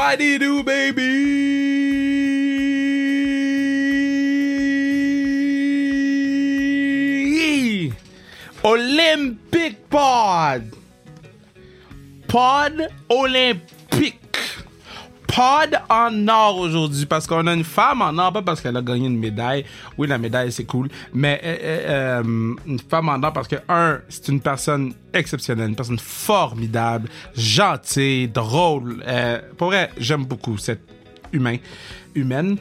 What do you do, baby? Olympic Pod. Pod olympique. Pod en or aujourd'hui parce qu'on a une femme en or, pas parce qu'elle a gagné une médaille. Oui, la médaille, c'est cool. Mais une femme en or parce que, c'est une personne exceptionnelle, une personne formidable, gentille, drôle. Pour vrai, j'aime beaucoup cette humaine,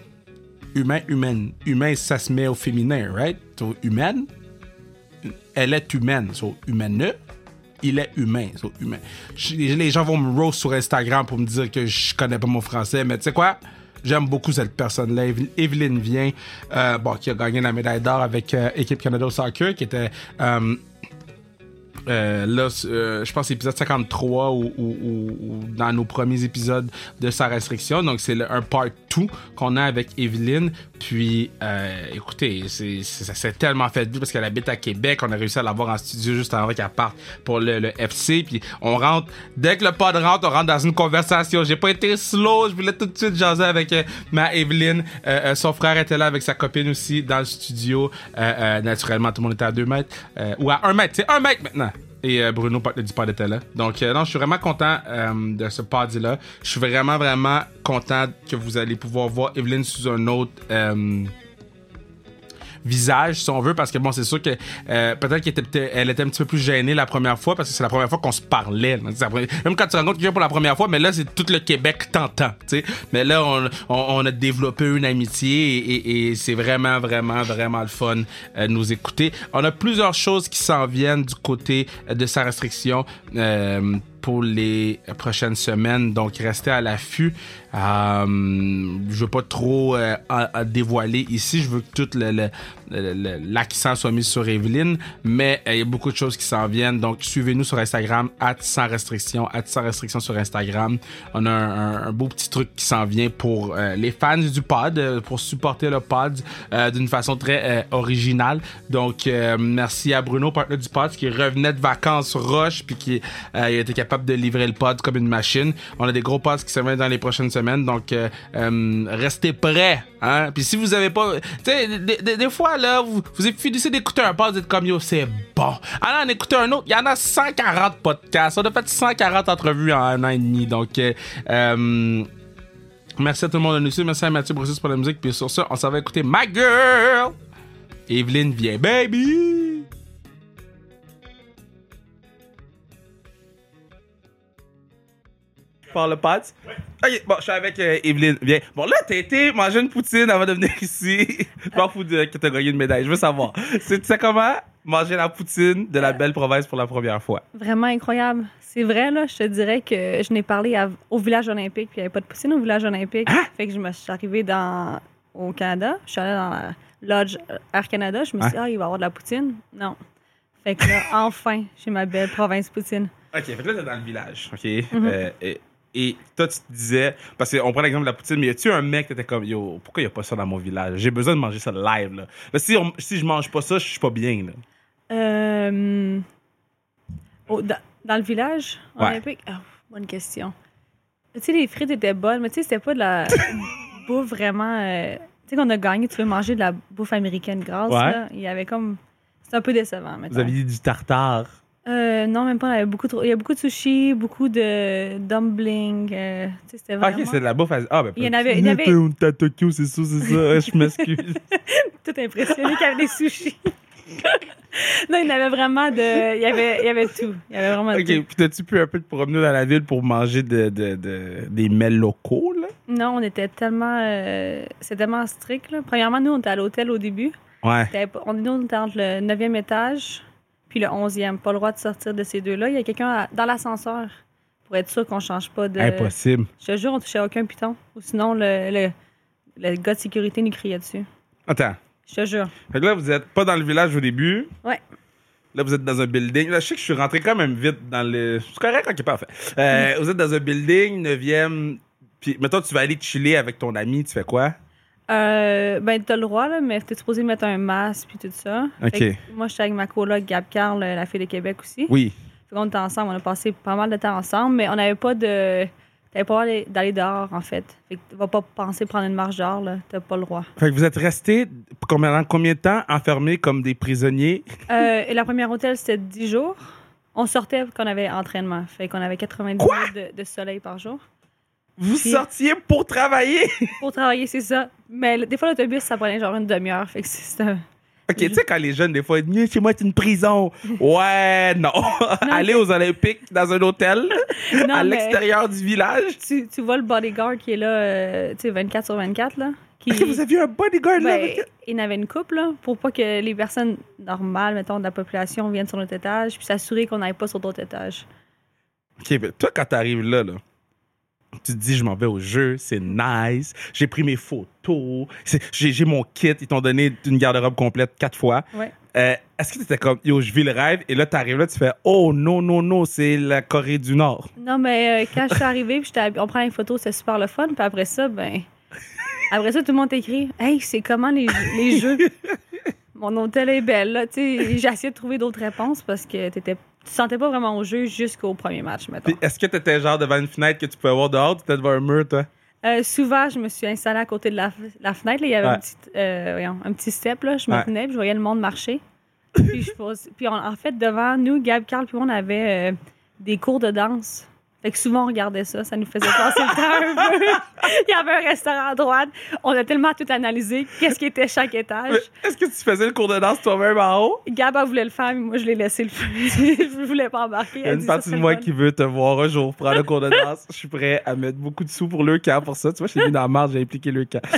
ça se met au féminin, right? So, humaine. Elle est humaine. So, humaine. Il est humain. So, humain. Les gens vont me roast sur Instagram pour me dire que je connais pas mon français, mais tu sais quoi? J'aime beaucoup cette personne-là. Evelyne Viens, qui a gagné la médaille d'or avec Équipe Canada au soccer, qui était... je pense épisode 53 ou dans nos premiers épisodes de Sa Restriction. Donc, c'est un part 2 qu'on a avec Evelyne. Puis, écoutez, ça s'est tellement fait vite parce qu'elle habite à Québec. On a réussi à l'avoir en studio juste avant qu'elle parte pour le FC. Puis, on rentre, dès que le pod rentre, on rentre dans une conversation. J'ai pas été slow. Je voulais tout de suite jaser avec ma Evelyne. Son frère était là avec sa copine aussi dans le studio. Naturellement, tout le monde était à 2 mètres. Ou à 1 mètre. C'est 1 mètre maintenant. Et Bruno du pod était là. Donc, non, je suis vraiment content de ce pod-là. Je suis vraiment, vraiment content que vous allez pouvoir voir Evelyne sous un autre visage, si on veut, parce que bon, c'est sûr que peut-être qu'elle était un petit peu plus gênée la première fois, parce que c'est la première fois qu'on se parlait. Même quand tu rencontres quelqu'un pour la première fois, mais là, c'est tout le Québec t'entend, tu sais. Mais là, on a développé une amitié et c'est vraiment, vraiment, vraiment le fun de nous écouter. On a plusieurs choses qui s'en viennent du côté de Sa Restriction pour les prochaines semaines, donc restez à l'affût. Je veux pas trop dévoiler ici, je veux que tout l'accent soit mis sur Evelyne, mais il y a beaucoup de choses qui s'en viennent, donc suivez-nous sur Instagram @sans restriction sur Instagram. On a un beau petit truc qui s'en vient pour les fans du pod, pour supporter le pod d'une façon très originale. Donc merci à Bruno, partenaire du pod, qui revenait de vacances rush puis qui a été capable de livrer le pod comme une machine. On a des gros pods qui s'en viennent dans les prochaines semaines, donc restez prêts, hein. Puis si vous avez pas, tu sais, des fois là, vous finissez d'écouter un pod, vous êtes comme yo, c'est bon. Alors on écoute un autre, il y en a 140 podcasts, on a fait 140 entrevues en 1 an et demi, donc merci à tout le monde de nous suivre, merci à Mathieu Broussis pour la musique, puis sur ça, on s'en va écouter My Girl, Evelyne Viens, baby. Par le pod. Ouais. Ok, bon, je suis avec Evelyne. Viens. Bon, là, t'as été manger une poutine avant de venir ici. Je m'en fous que t'as gagné une médaille. Je veux savoir. Tu sais comment manger la poutine de la belle province pour la première fois? Vraiment incroyable. C'est vrai, là, je te dirais que je n'ai parlé au village olympique, puis il n'y avait pas de poutine au village olympique. Hein? Fait que je me suis arrivée au Canada. Je suis allée dans la Lodge Air Canada. Je me suis dit, il va y avoir de la poutine. Non. Fait que là, enfin, j'ai ma belle province poutine. OK, fait que là, t'es dans le village. OK. Mm-hmm. Et toi, tu te disais, parce qu'on prend l'exemple de la poutine, mais y a-tu un mec qui était comme, yo, pourquoi y a pas ça dans mon village? J'ai besoin de manger ça live, là. Là si je mange pas ça, je suis pas bien, là. Dans le village olympique? Oh, bonne question. Tu sais, les frites étaient bonnes, mais tu sais, c'était pas de la bouffe vraiment... tu sais, qu'on a gagné, tu veux manger de la bouffe américaine grasse, là. Il y avait comme... C'était un peu décevant, maintenant. Vous aviez du tartare? Non, même pas. Il y a beaucoup de sushi, beaucoup de dumplings. C'était vraiment... OK, c'est de la bouffe. Il y en avait... à Tokyo, c'est ça. Je m'excuse. Tout impressionné qu'il y avait des sushis. Non, il y avait vraiment Il y avait tout. Il y avait vraiment tout. OK, puis t'as-tu pu un peu te promener dans la ville pour manger des mets locaux, là? Non, on était tellement... c'est tellement strict, là. Premièrement, nous, on était à l'hôtel au début. Ouais. On était entre le 9e étage... puis le 11e. Pas le droit de sortir de ces deux-là. Il y a quelqu'un dans l'ascenseur pour être sûr qu'on change pas de... Impossible. Je te jure, on touchait aucun piton. Ou sinon, le gars de sécurité nous criait dessus. Attends. Je te jure. Fait que là, vous êtes pas dans le village au début. Ouais. Là, vous êtes dans un building. Là, je sais que je suis rentré quand même vite dans le... C'est correct, OK, parfait. Vous êtes dans un building, 9e. Puis, mettons, tu vas aller chiller avec ton ami. Tu fais quoi? Ben, t'as le droit, là, mais t'es supposé mettre un masque puis tout ça. OK. Moi, j'étais avec ma coloc Gab Carl, la fille de Québec aussi. Oui. Fait qu'on était ensemble. On a passé pas mal de temps ensemble, mais on n'avait pas de T'avais pas le droit d'aller dehors, en fait. Fait que tu vas pas penser prendre une marche dehors, là. T'as pas le droit. Fait que vous êtes restés combien de temps enfermés comme des prisonniers? Et la première hôtel, c'était 10 jours. On sortait quand on avait entraînement. Fait qu'on avait 90 minutes de soleil par jour. Vous sortiez pour travailler? Pour travailler, c'est ça. Mais des fois, l'autobus, ça prenait genre une demi-heure. Fait que c'est ça. OK, tu sais, quand les jeunes, des fois, ils disent « Chez moi, c'est une prison. » Ouais, non. Aller aux Olympiques dans un hôtel à l'extérieur du village. Tu vois le bodyguard qui est là, tu sais, 24 sur 24, là. OK, vous aviez un bodyguard là? Il y en avait une couple, là, pour pas que les personnes normales, mettons, de la population viennent sur notre étage, puis s'assurer qu'on n'aille pas sur d'autres étages. OK, mais toi, quand t'arrives là, tu te dis, je m'en vais au jeu, c'est nice. J'ai pris mes photos. J'ai mon kit. Ils t'ont donné une garde-robe complète 4 fois. Ouais. Est-ce que tu étais comme, yo, je vis le rêve, et là, t'arrives là, tu fais, oh, non, c'est la Corée du Nord. Non, mais quand je suis arrivée, puis on prend les photos, c'était super le fun. Puis après ça, tout le monde t'écrit, hey, c'est comment les jeux? Mon hôtel est belle, là. Tu sais, j'ai essayé de trouver d'autres réponses parce que tu sentais pas vraiment au jeu jusqu'au premier match, mettons. Puis est-ce que t'étais genre devant une fenêtre que tu pouvais voir dehors, tu étais devant un mur, toi? Souvent, je me suis installée à côté de la fenêtre. Là, il y avait un petit step, là. Je me tenais, puis je voyais le monde marcher. Puis en fait, devant nous, Gab, Carl, puis on avait des cours de danse. Fait que souvent, on regardait ça. Ça nous faisait passer le temps un peu. Il y avait un restaurant à droite. On a tellement tout analysé. Qu'est-ce qui était chaque étage. Est-ce que tu faisais le cours de danse toi-même en haut? Gab, elle voulait le faire, mais moi, je l'ai laissé le faire. Je voulais pas embarquer. Il y a une partie de moi qui veut te voir un jour prendre le cours de danse. Je suis prêt à mettre beaucoup de sous pour le camp pour ça. Tu vois, je t'ai mis dans la marge, j'ai impliqué le camp.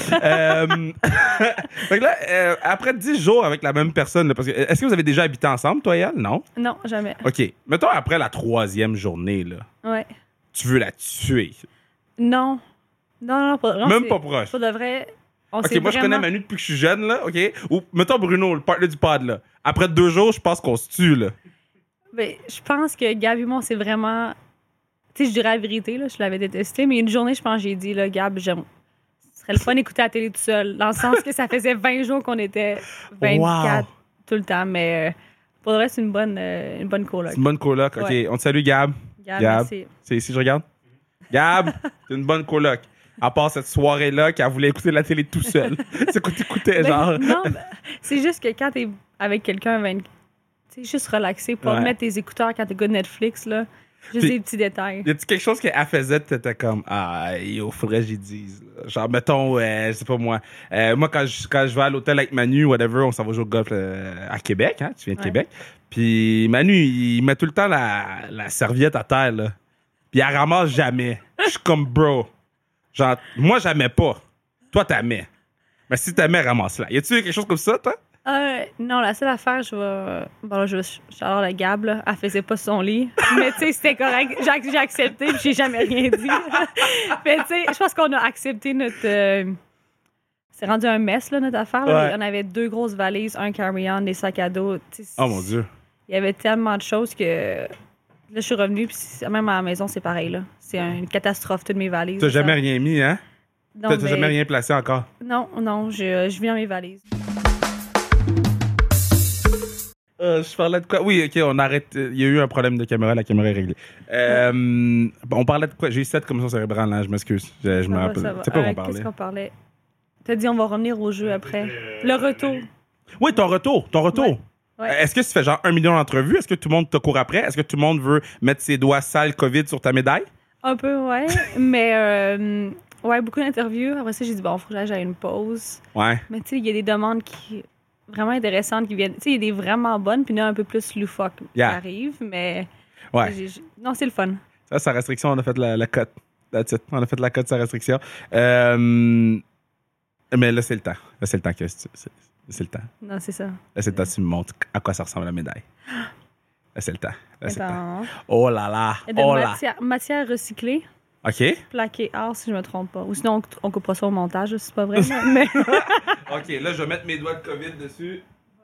Fait que là, après 10 jours avec la même personne, là, parce que, est-ce que vous avez déjà habité ensemble, toi et elle? Non? Non, jamais. OK. Mettons après la 3e journée, là. Ouais. Tu veux la tuer? Non. Non, même pas proche. Pour de vrai. OK, moi, je connais Manu depuis que je suis jeune, là, OK? Ou, mettons Bruno, le partner du pod, là. Après 2 jours, je pense qu'on se tue, là. Ben, je pense que Gab et moi, c'est vraiment... Tu sais, je dirais la vérité, là, je l'avais détesté, mais une journée, je pense que j'ai dit, là, Gab, ce serait le fun d'écouter la télé tout seul, dans le sens que ça faisait 20 jours qu'on était 24 tout le temps, mais pour le reste, c'est une bonne coloc. C'est une bonne coloc, OK. Ouais. On te salue, Gab. Gab, merci. C'est ici, je regarde. Gab, c'est une bonne coloc. À part cette soirée-là qu'elle voulait écouter la télé tout seul. C'est quoi t'écoutais, genre? Non, c'est juste que quand t'es avec quelqu'un, tu sais, juste relaxé, pas mettre tes écouteurs quand t'écoutes Netflix, là. Juste des petits détails. Y a-tu quelque chose qu'elle faisait, t'étais comme, faudrait que j'y dise. Genre, mettons, je sais pas moi. Moi, quand je vais à l'hôtel avec Manu, whatever, on s'en va jouer au golf à Québec, hein? Tu viens de Québec. Puis Manu, il met tout le temps la serviette à terre, là. Puis elle ramasse jamais. Je suis comme, bro. Genre, moi, j'aimais pas. Toi, t'aimais. Mais si t'aimais, ramasse-la. Y a-tu quelque chose comme ça, toi? Non, la seule affaire, j'adore la Gab, là. Elle faisait pas son lit. Mais tu sais, c'était correct. J'ai accepté, puis j'ai jamais rien dit. Mais tu sais, je pense qu'on a accepté notre... c'est rendu un mess, là, notre affaire. Là. Ouais. On avait 2 grosses valises, un carry-on, des sacs à dos. Oh mon Dieu. Il y avait tellement de choses que... Là, je suis revenue, puis même à la maison, c'est pareil, là. C'est une catastrophe, toutes mes valises. T'as jamais rien mis, hein? T'as jamais rien placé encore? Non, je vis dans mes valises. Je parlais de quoi? Oui, OK, on arrête. Il y a eu un problème de caméra, la caméra est réglée. On parlait de quoi? J'ai eu 7 commotions cérébrales, là, je m'excuse. Je me rappelle. C'est pas qu'on parlait. Qu'est-ce qu'on parlait? T'as dit on va revenir au jeu après. Le retour. Oui, ton retour. Ouais. Est-ce que tu fais genre 1 million d'entrevues? Est-ce que tout le monde te court après? Est-ce que tout le monde veut mettre ses doigts sales COVID sur ta médaille? Un peu, ouais. Mais, beaucoup d'interviews. Après ça, j'ai dit, bon, faut que j'aille une pause. Ouais. Mais tu sais, il y a des demandes vraiment intéressantes qui viennent. Tu sais, il y a des vraiment bonnes, puis il y en a un peu plus loufoques qui arrivent, mais... Ouais. Non, c'est le fun. Ça, sa restriction, on a fait la cote. That's it. On a fait la cote, sa restriction. Mais là, c'est le temps. Là, c'est le temps que c'est le temps. Non, c'est ça. Là, c'est le temps que tu me montres à quoi ça ressemble la médaille. Là, c'est le temps. Là, c'est le temps. Oh là là. Matière recyclée. OK. Plaqué or, si je me trompe pas. Ou sinon, on coupera ça au montage, c'est pas vrai. Mais... OK, là, je vais mettre mes doigts de COVID dessus.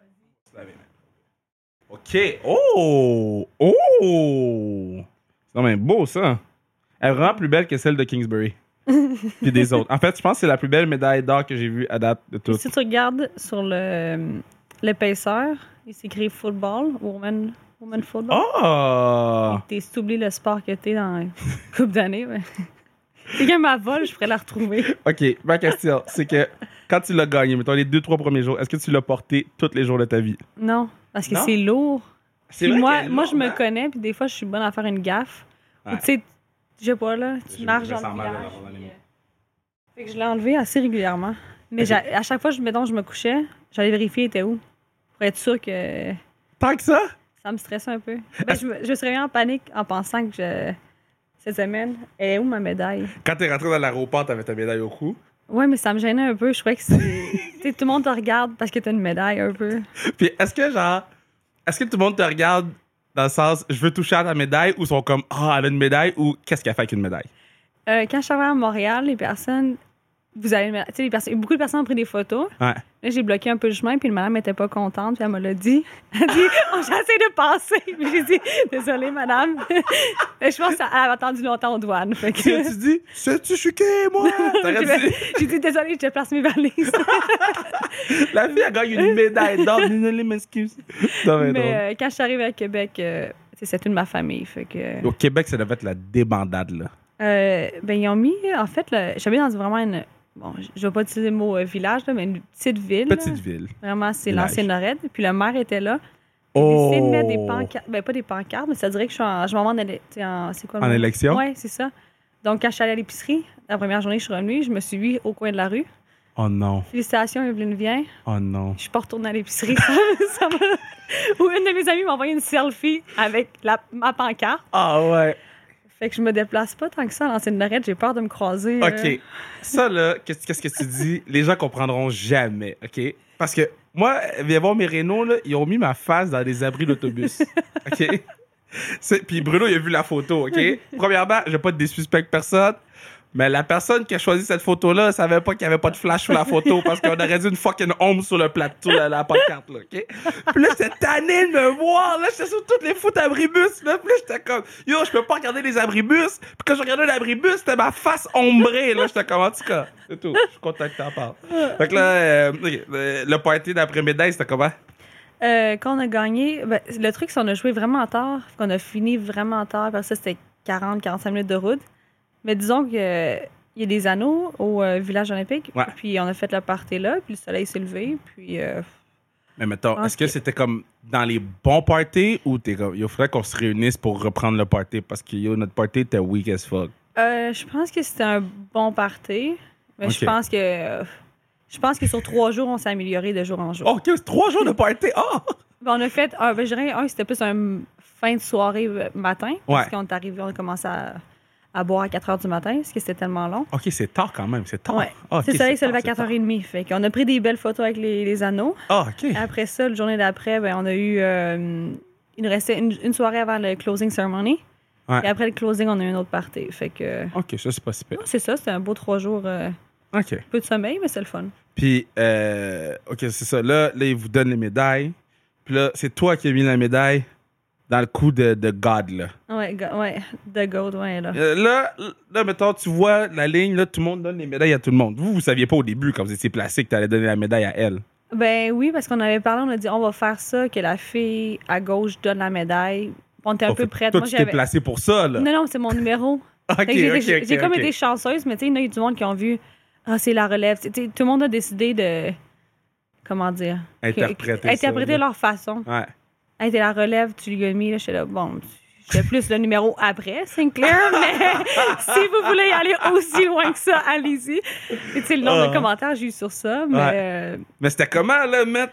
OK. Oh! C'est quand même beau, ça. Elle est vraiment plus belle que celle de Kingsbury. Puis des autres. En fait, je pense que c'est la plus belle médaille d'or que j'ai vue à date de toutes. Si tu regardes sur l'épaisseur, il s'écrit football, woman football. Oh! Tu oublies le sport que t'es dans une couple d'années. Mais... quelqu'un m'a volé, je pourrais la retrouver. OK, ma question, c'est que quand tu l'as gagné, mettons les 2-3 premiers jours, est-ce que tu l'as porté tous les jours de ta vie? Non, parce que Non? c'est lourd. C'est Puis vrai moi, qu'elle est moi, je lourde, me hein? connais, puis des fois, je suis bonne à faire une gaffe. Ou Ouais. tu sais, je sais pas, là, tu Je marches me dans sens le mal de village. l'avoir dans les mains. Fait que je l'ai enlevé assez régulièrement. Mais Ok. à chaque fois, mettons, je me couchais, j'allais vérifier, il était où. Pour être sûr que Tant que ça? ça me stressait un peu. Ben, je me suis réveillée en panique en pensant que cette semaine, elle est où ma médaille? Quand t'es rentré dans l'aéroport, t'avais ta médaille au cou. Ouais, mais ça me gênait un peu. Je trouvais que c'est. Tu sais, tout le monde te regarde parce que t'as une médaille un peu. Puis est-ce que tout le monde te regarde dans le sens je veux toucher à ta médaille ou sont comme ah, elle a une médaille ou qu'est-ce qu'elle fait avec une médaille? Quand je suis arrivée à Montréal, les personnes. Vous avez, tu sais, beaucoup de personnes ont pris des photos. Ouais. Là, j'ai bloqué un peu le chemin, puis le madame n'était pas contente, puis elle me l'a dit. Elle dit oh, j'essaie de passer. Puis j'ai dit désolée, madame. Mais je pense qu'elle avait attendu longtemps aux douanes. Fait que... Tu dis sais-tu je suis qui, moi? T'aurais dit J'ai dit désolée, je déplace mes valises. la fille a gagné une médaille d'or. Désolé, m'excuse. Non, mais drôle. Mais quand je suis arrivée à Québec, tu sais, c'est toute ma famille. Fait que, Au Québec, ça devait être la débandade, là. ben, ils ont mis, en fait, j'habite dans vraiment une. Bon, je vais pas utiliser le mot village, là, mais une petite ville. Petite là. ville. Vraiment, c'est Village. l'ancienne Lorette. Puis le maire était là. J'ai décidé de Oh! mettre des pancartes. Ben, pas des pancartes, mais ça dirait que je m'en vais c'est quoi le En mot? élection? Oui, c'est ça. Donc, quand je suis allée à l'épicerie, la première journée, je suis revenue, je me suis vue au coin de la rue. Oh non. Félicitations, Evelyne Vient. Oh non. Je suis pas retournée à l'épicerie. Ou une de mes amies m'a envoyé une selfie avec ma pancarte. Ah ouais. Fait que je me déplace pas tant que ça à l'ancienne Lorette. J'ai peur de me croiser. OK. Ça, là, qu'est-ce que tu dis? Les gens comprendront jamais, OK? Parce que moi, viens voir mes Renault, là, ils ont mis ma face dans des abris d'autobus. OK? Puis Bruno, il a vu la photo, OK? Premièrement, je vais pas de suspecte personne, mais la personne qui a choisi cette photo-là savait pas qu'il y avait pas de flash sur la photo parce qu'on aurait dit une fucking ombre sur le plateau, la pancarte, là, OK? Puis là, j'étais tanné de me voir, là, j'étais sur toutes les foot abribus, là, puis là, j'étais comme, yo, je peux pas regarder les abribus, puis quand je regardais l'abribus, c'était ma face ombrée, là, j'étais comme, en tout cas, c'est tout, je suis content que t'en parles. Fait que là, le party d'après-médaille, c'était comment? Quand on a gagné, ben, le truc, c'est qu'on a joué vraiment tard, qu'on a fini vraiment tard. Parce que ça, c'était 40-45 minutes de route. Mais disons qu'il y a des anneaux au village olympique. Ouais. Puis on a fait le party là, puis le soleil s'est levé. Puis Mais mettons, pense est-ce que que- c'était comme dans les bons parties ou t'es comme, il faudrait qu'on se réunisse pour reprendre le party parce que yo, notre party était weak as fuck. je pense que c'était un bon party. Mais Ok. je pense que sur 3 jours, on s'est amélioré de jour en jour. Oh, OK, c'est 3 jours de party. Oh! Ben, on a fait, ben, je dirais, c'était plus un fin de soirée matin. Parce Ouais. qu'on est arrivé, on a commencé à boire à 4 h du matin, parce que c'était tellement long. OK, c'est tard quand même, c'est tard. Ouais. Ah, ok, C'est ça, il c'est s'est levé à tard, c'est 4h30. Fait qu'on a pris des belles photos avec les anneaux. tard. Ah, OK. Après ça, la journée d'après, ben, on a eu. Il nous restait une soirée avant le closing ceremony. Ouais. Et après le closing, on a eu une autre party. Fait que. OK, ça, c'est pas super. Non, c'est ça, c'était un beau 3 jours. OK. Peu de sommeil, mais c'est le fun. Puis, OK, c'est ça. Là, ils vous donnent les médailles. Puis là, c'est toi qui as mis la médaille dans le cou de God, là. Ouais, The Gold, ouais, là. Là, mettons, tu vois la ligne, là, tout le monde donne les médailles à tout le monde. Vous saviez pas au début, quand vous étiez placé, que tu allais donner la médaille à elle. Ben oui, parce qu'on avait parlé, on a dit on va faire ça, que la fille à gauche donne la médaille. On était un peu prête. Toi, tu t'es placé pour ça, là. Non, c'est mon numéro. OK, Fait que OK, j'ai comme OK. été chanceuse, mais tu sais, il y a du monde qui ont vu c'est la relève. Tu sais, tout le monde a décidé de. Comment dire? Interpréter Interpréter ça, là. leur façon. Ouais. Hey, t'es la relève, tu lui as mis, là, j'étais là, bon, je fais plus le numéro après, Sinclair, mais si vous voulez aller aussi loin que ça, allez-y. Et tu sais, le nombre de commentaires que j'ai eu sur ça, mais Ouais. Mais c'était comment, là, Matt?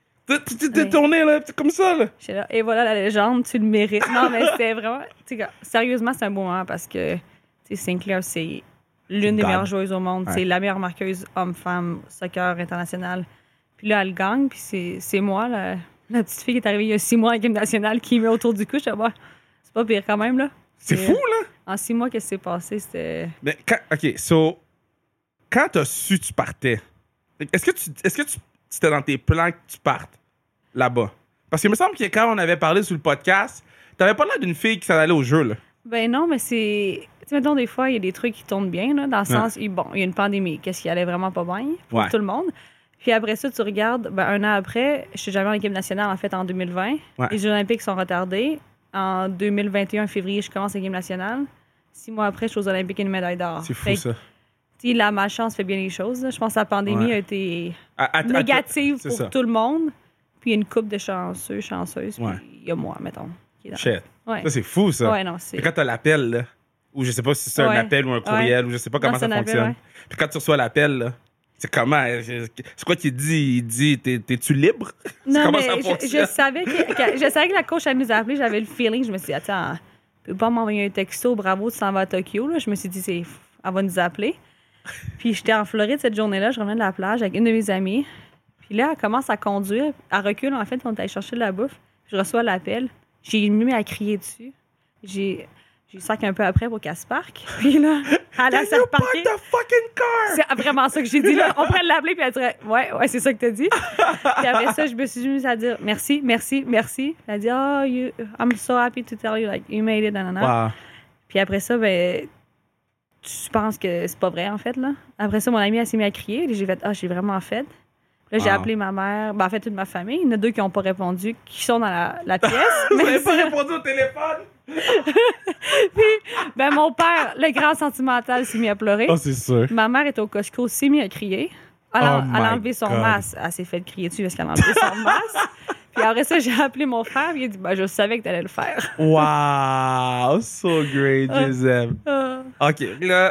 Tu t'es tourné, là, comme ça, là? j'étais là, et voilà la légende, tu le mérites. Non, mais c'était vraiment, tu sais, sérieusement, c'est un beau moment parce que, tu sais, Sinclair, c'est l'une des God. meilleures joueuses au monde. Ouais. C'est la meilleure marqueuse homme-femme soccer international. Puis là, elle gagne, puis c'est moi, la petite fille qui est arrivée il y a 6 mois à l'équipe nationale qui met autour du cou. Je sais pas, c'est pas pire quand même, là. C'est fou, là? En 6 mois, qu'est-ce qui s'est passé? C'était. Mais OK, so, quand t'as su que tu partais, est-ce que c'était dans tes plans que tu partes là-bas? Parce qu'il me semble que quand on avait parlé sur le podcast, t'avais pas l'air d'une fille qui s'en allait au jeu, là. Ben non, mais c'est. Tu sais, mettons, des fois, il y a des trucs qui tournent bien, là, dans le sens. Bon, il y a une pandémie. Qu'est-ce qui allait vraiment pas bien pour Ouais. tout le monde? Puis après ça, tu regardes, ben, un an après, je suis jamais en équipe nationale, en fait, en 2020. Ouais. Les Jeux Olympiques sont retardés. En 2021, février, je commence l'équipe nationale. 6 mois après, je suis aux Olympiques et une médaille d'or. C'est fou, ça. La malchance fait bien les choses. Là. Je pense que la pandémie a été négative pour ça. tout le monde. Puis il y a une couple de chanceuses. Ouais. Puis il y a moi, mettons. Qui est dans... Shit. Ouais. Ça, c'est fou, ça. Ouais, non, c'est... Puis quand t'as l'appel, là, ou je sais pas si c'est un appel ou un courriel, ou je sais pas comment ça fonctionne. Appel, ouais. Puis quand tu reçois l'appel, là, c'est comment? C'est quoi qu'il dit? Il dit, t'es-tu libre? Non, comment mais ça fonctionne? je savais que la coach allait nous appeler. J'avais le feeling. Je me suis dit, attends, tu peux pas m'envoyer un texto, bravo, tu t'en vas à Tokyo. Là. Je me suis dit, elle va nous appeler. Puis j'étais en Floride cette journée-là. Je revenais de la plage avec une de mes amies. Puis là, elle commence à conduire. Elle recule, en fait, on est allé chercher de la bouffe. Je reçois l'appel. J'ai mis à crier dessus. J'ai sac un peu après pour qu'elle se parque. Puis là, elle a s'est reparquée. the fucking car! C'est vraiment ça que j'ai dit. Là. On pourrait l'appeler, puis elle dirait ouais, c'est ça que t'as dit. Puis après ça, je me suis mise à dire merci. Elle a dit I'm so happy to tell you, like, you made it, nanana. Wow. Puis après ça, ben, tu penses que c'est pas vrai, en fait, là. Après ça, mon amie, elle s'est mise à crier. J'ai fait j'ai vraiment fait. Là, j'ai appelé ma mère, en fait, toute ma famille. Il y en a 2 qui n'ont pas répondu, qui sont dans la pièce. Vous n'avez pas répondu au téléphone? Puis, ben, mon père, le grand sentimental, s'est mis à pleurer. Oh, c'est sûr. Ma mère est au Costco, s'est mis à crier. Elle a enlevé son masque. Elle s'est fait crier dessus parce qu'elle a enlevé son masque. Puis après ça, j'ai appelé mon frère. Il a dit, je savais que tu allais le faire. Wow! So great, Gisèle. OK, là,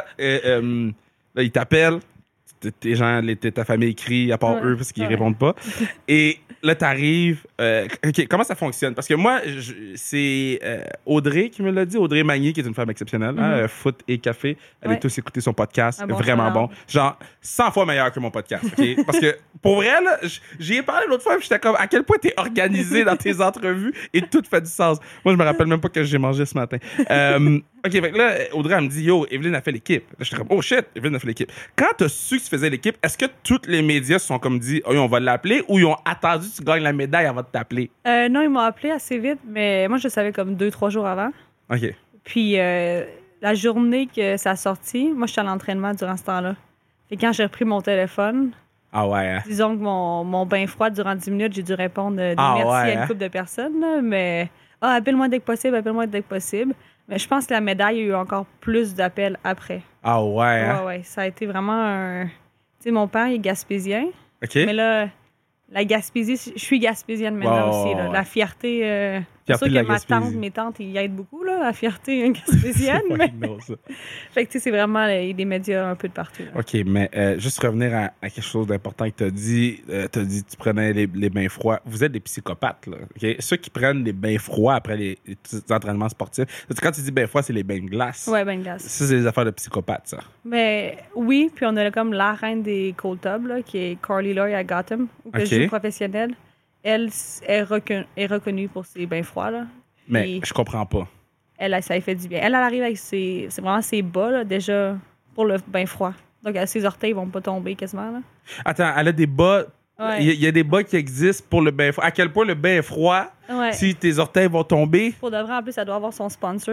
il t'appelle. Tes gens, ta famille crie, à part eux, parce qu'ils répondent pas. Et là, t'arrives. OK, comment ça fonctionne? Parce que moi, c'est Audrey qui me l'a dit. Audrey Magnier, qui est une femme exceptionnelle. Foot et café. Allez tous écouter son podcast. Vraiment bon. Genre, 100 fois meilleur que mon podcast. OK? Parce que, pour vrai, là, j'y ai parlé l'autre fois, puis j'étais comme, à quel point t'es organisé dans tes entrevues et tout fait du sens. Moi, je me rappelle même pas que j'ai mangé ce matin. OK, fait que là, Audrey, elle me dit, yo, Evelyne a fait l'équipe. Là, j'étais comme, oh shit, Evelyne a fait l'équipe. Quand t'as su que tu faisais l'équipe, est-ce que tous les médias se sont comme dit, oh, on va l'appeler, ou ils ont attendu que tu gagnes la médaille avant de t'appeler? Non, ils m'ont appelé assez vite, mais moi, je le savais comme 2-3 jours avant. OK. Puis, la journée que ça a sorti, moi, j'étais à l'entraînement durant ce temps-là. Et quand j'ai repris mon téléphone, ah ouais. disons que mon bain froid, durant 10 minutes, j'ai dû répondre merci à une couple de personnes, là, mais appelle-moi dès que possible. Mais je pense que la médaille a eu encore plus d'appels après. Ah ouais. Hein? Ouais, ça a été vraiment un... Tu sais, mon père, il est gaspésien. OK. Mais là, la Gaspésie, je suis gaspésienne maintenant aussi. Là. La fierté... c'est sûr que mes tantes, ils aident beaucoup, là, la fierté gaspésienne. mais... ça. Fait que, tu sais, c'est vraiment des médias un peu de partout. Là. OK, mais juste revenir à quelque chose d'important que tu as dit. Tu as dit que tu prenais les bains froids. Vous êtes des psychopathes, là. OK? Ceux qui prennent les bains froids après les entraînements sportifs. Quand tu dis bains froids, c'est les bains de glace. Ouais, bains de glace. Ça, c'est des affaires de psychopathes, ça. Mais oui, puis on a comme la reine des cold tubs, là, qui est Carly Lloyd à Gotham, où que je joue professionnelle. Elle est reconnue pour ses bains froids. Là. Mais je comprends pas. Elle, ça lui fait du bien. Elle arrive avec c'est vraiment ses bas, là, déjà, pour le bain froid. Donc, ses orteils vont pas tomber quasiment. Là. Attends, elle a des bas... Ouais. Il y a des bas qui existent pour le bain froid. À quel point le bain est froid, si tes orteils vont tomber? Pour de vrai, en plus, elle doit avoir son sponsor.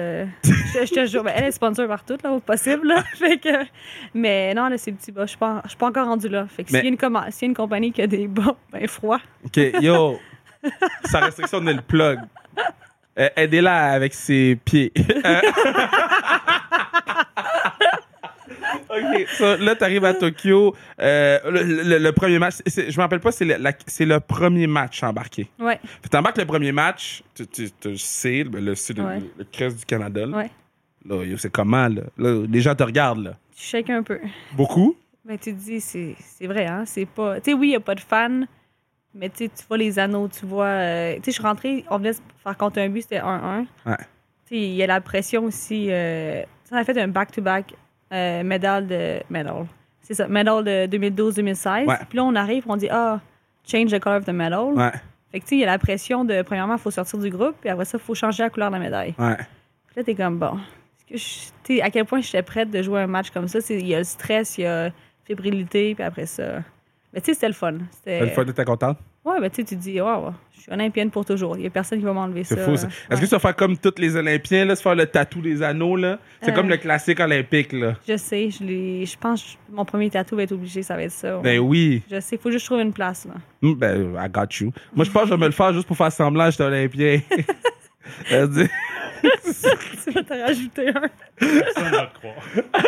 Je te jure, elle est sponsor partout, là, au possible. Là. Fait que, mais non, là, ces petits bas, je suis pas encore rendue là. Fait que s'il y a une compagnie qui a des bas bain froids... OK, yo, sa restriction de le plug. Aidez-la avec ses pieds. OK, là, t'arrives à Tokyo. Le premier match, je me rappelle pas, c'est le premier match embarqué. Ouais. T'embarques le premier match, tu sais, le crest du Canada. Là. Ouais. Là, c'est comment, là? Les gens te regardent, là. Tu shakes un peu. Beaucoup? Ben, tu te dis, c'est vrai, hein? C'est pas... Tu sais, oui, il n'y a pas de fans, mais tu vois les anneaux, tu vois... tu sais, je suis rentrée, on venait faire compter un but, c'était 1-1. Ouais. Tu sais, il y a la pression aussi. On a fait un back-to-back medal. C'est ça, medal de 2012-2016. Ouais. Puis là, on arrive, on dit, change the color of the medal. Ouais. Fait que, tu sais, il y a la pression de, premièrement, il faut sortir du groupe, puis après ça, il faut changer la couleur de la médaille. Ouais. Puis là, t'es comme, bon, à quel point j'étais prête de jouer un match comme ça? Il y a le stress, il y a la fébrilité, puis après ça... Mais tu sais, c'était le fun. C'était le fun, t'étais contente? Ouais, ben tu sais, tu te dis, wow, je suis olympienne pour toujours. Il n'y a personne qui va m'enlever ça. C'est fou, ça. Est-ce que tu vas faire comme tous les Olympiens, là, se faire le tatou des anneaux, là? C'est comme le classique olympique, là. Je sais, je pense que mon premier tatou va être obligé, ça va être ça. Ouais. Ben oui. Je sais, il faut juste trouver une place, là. Ben, I got you. Moi, je pense que je vais me le faire juste pour faire semblant que j'étais olympien. Tu vas t'en rajouter un. Personne va le croire.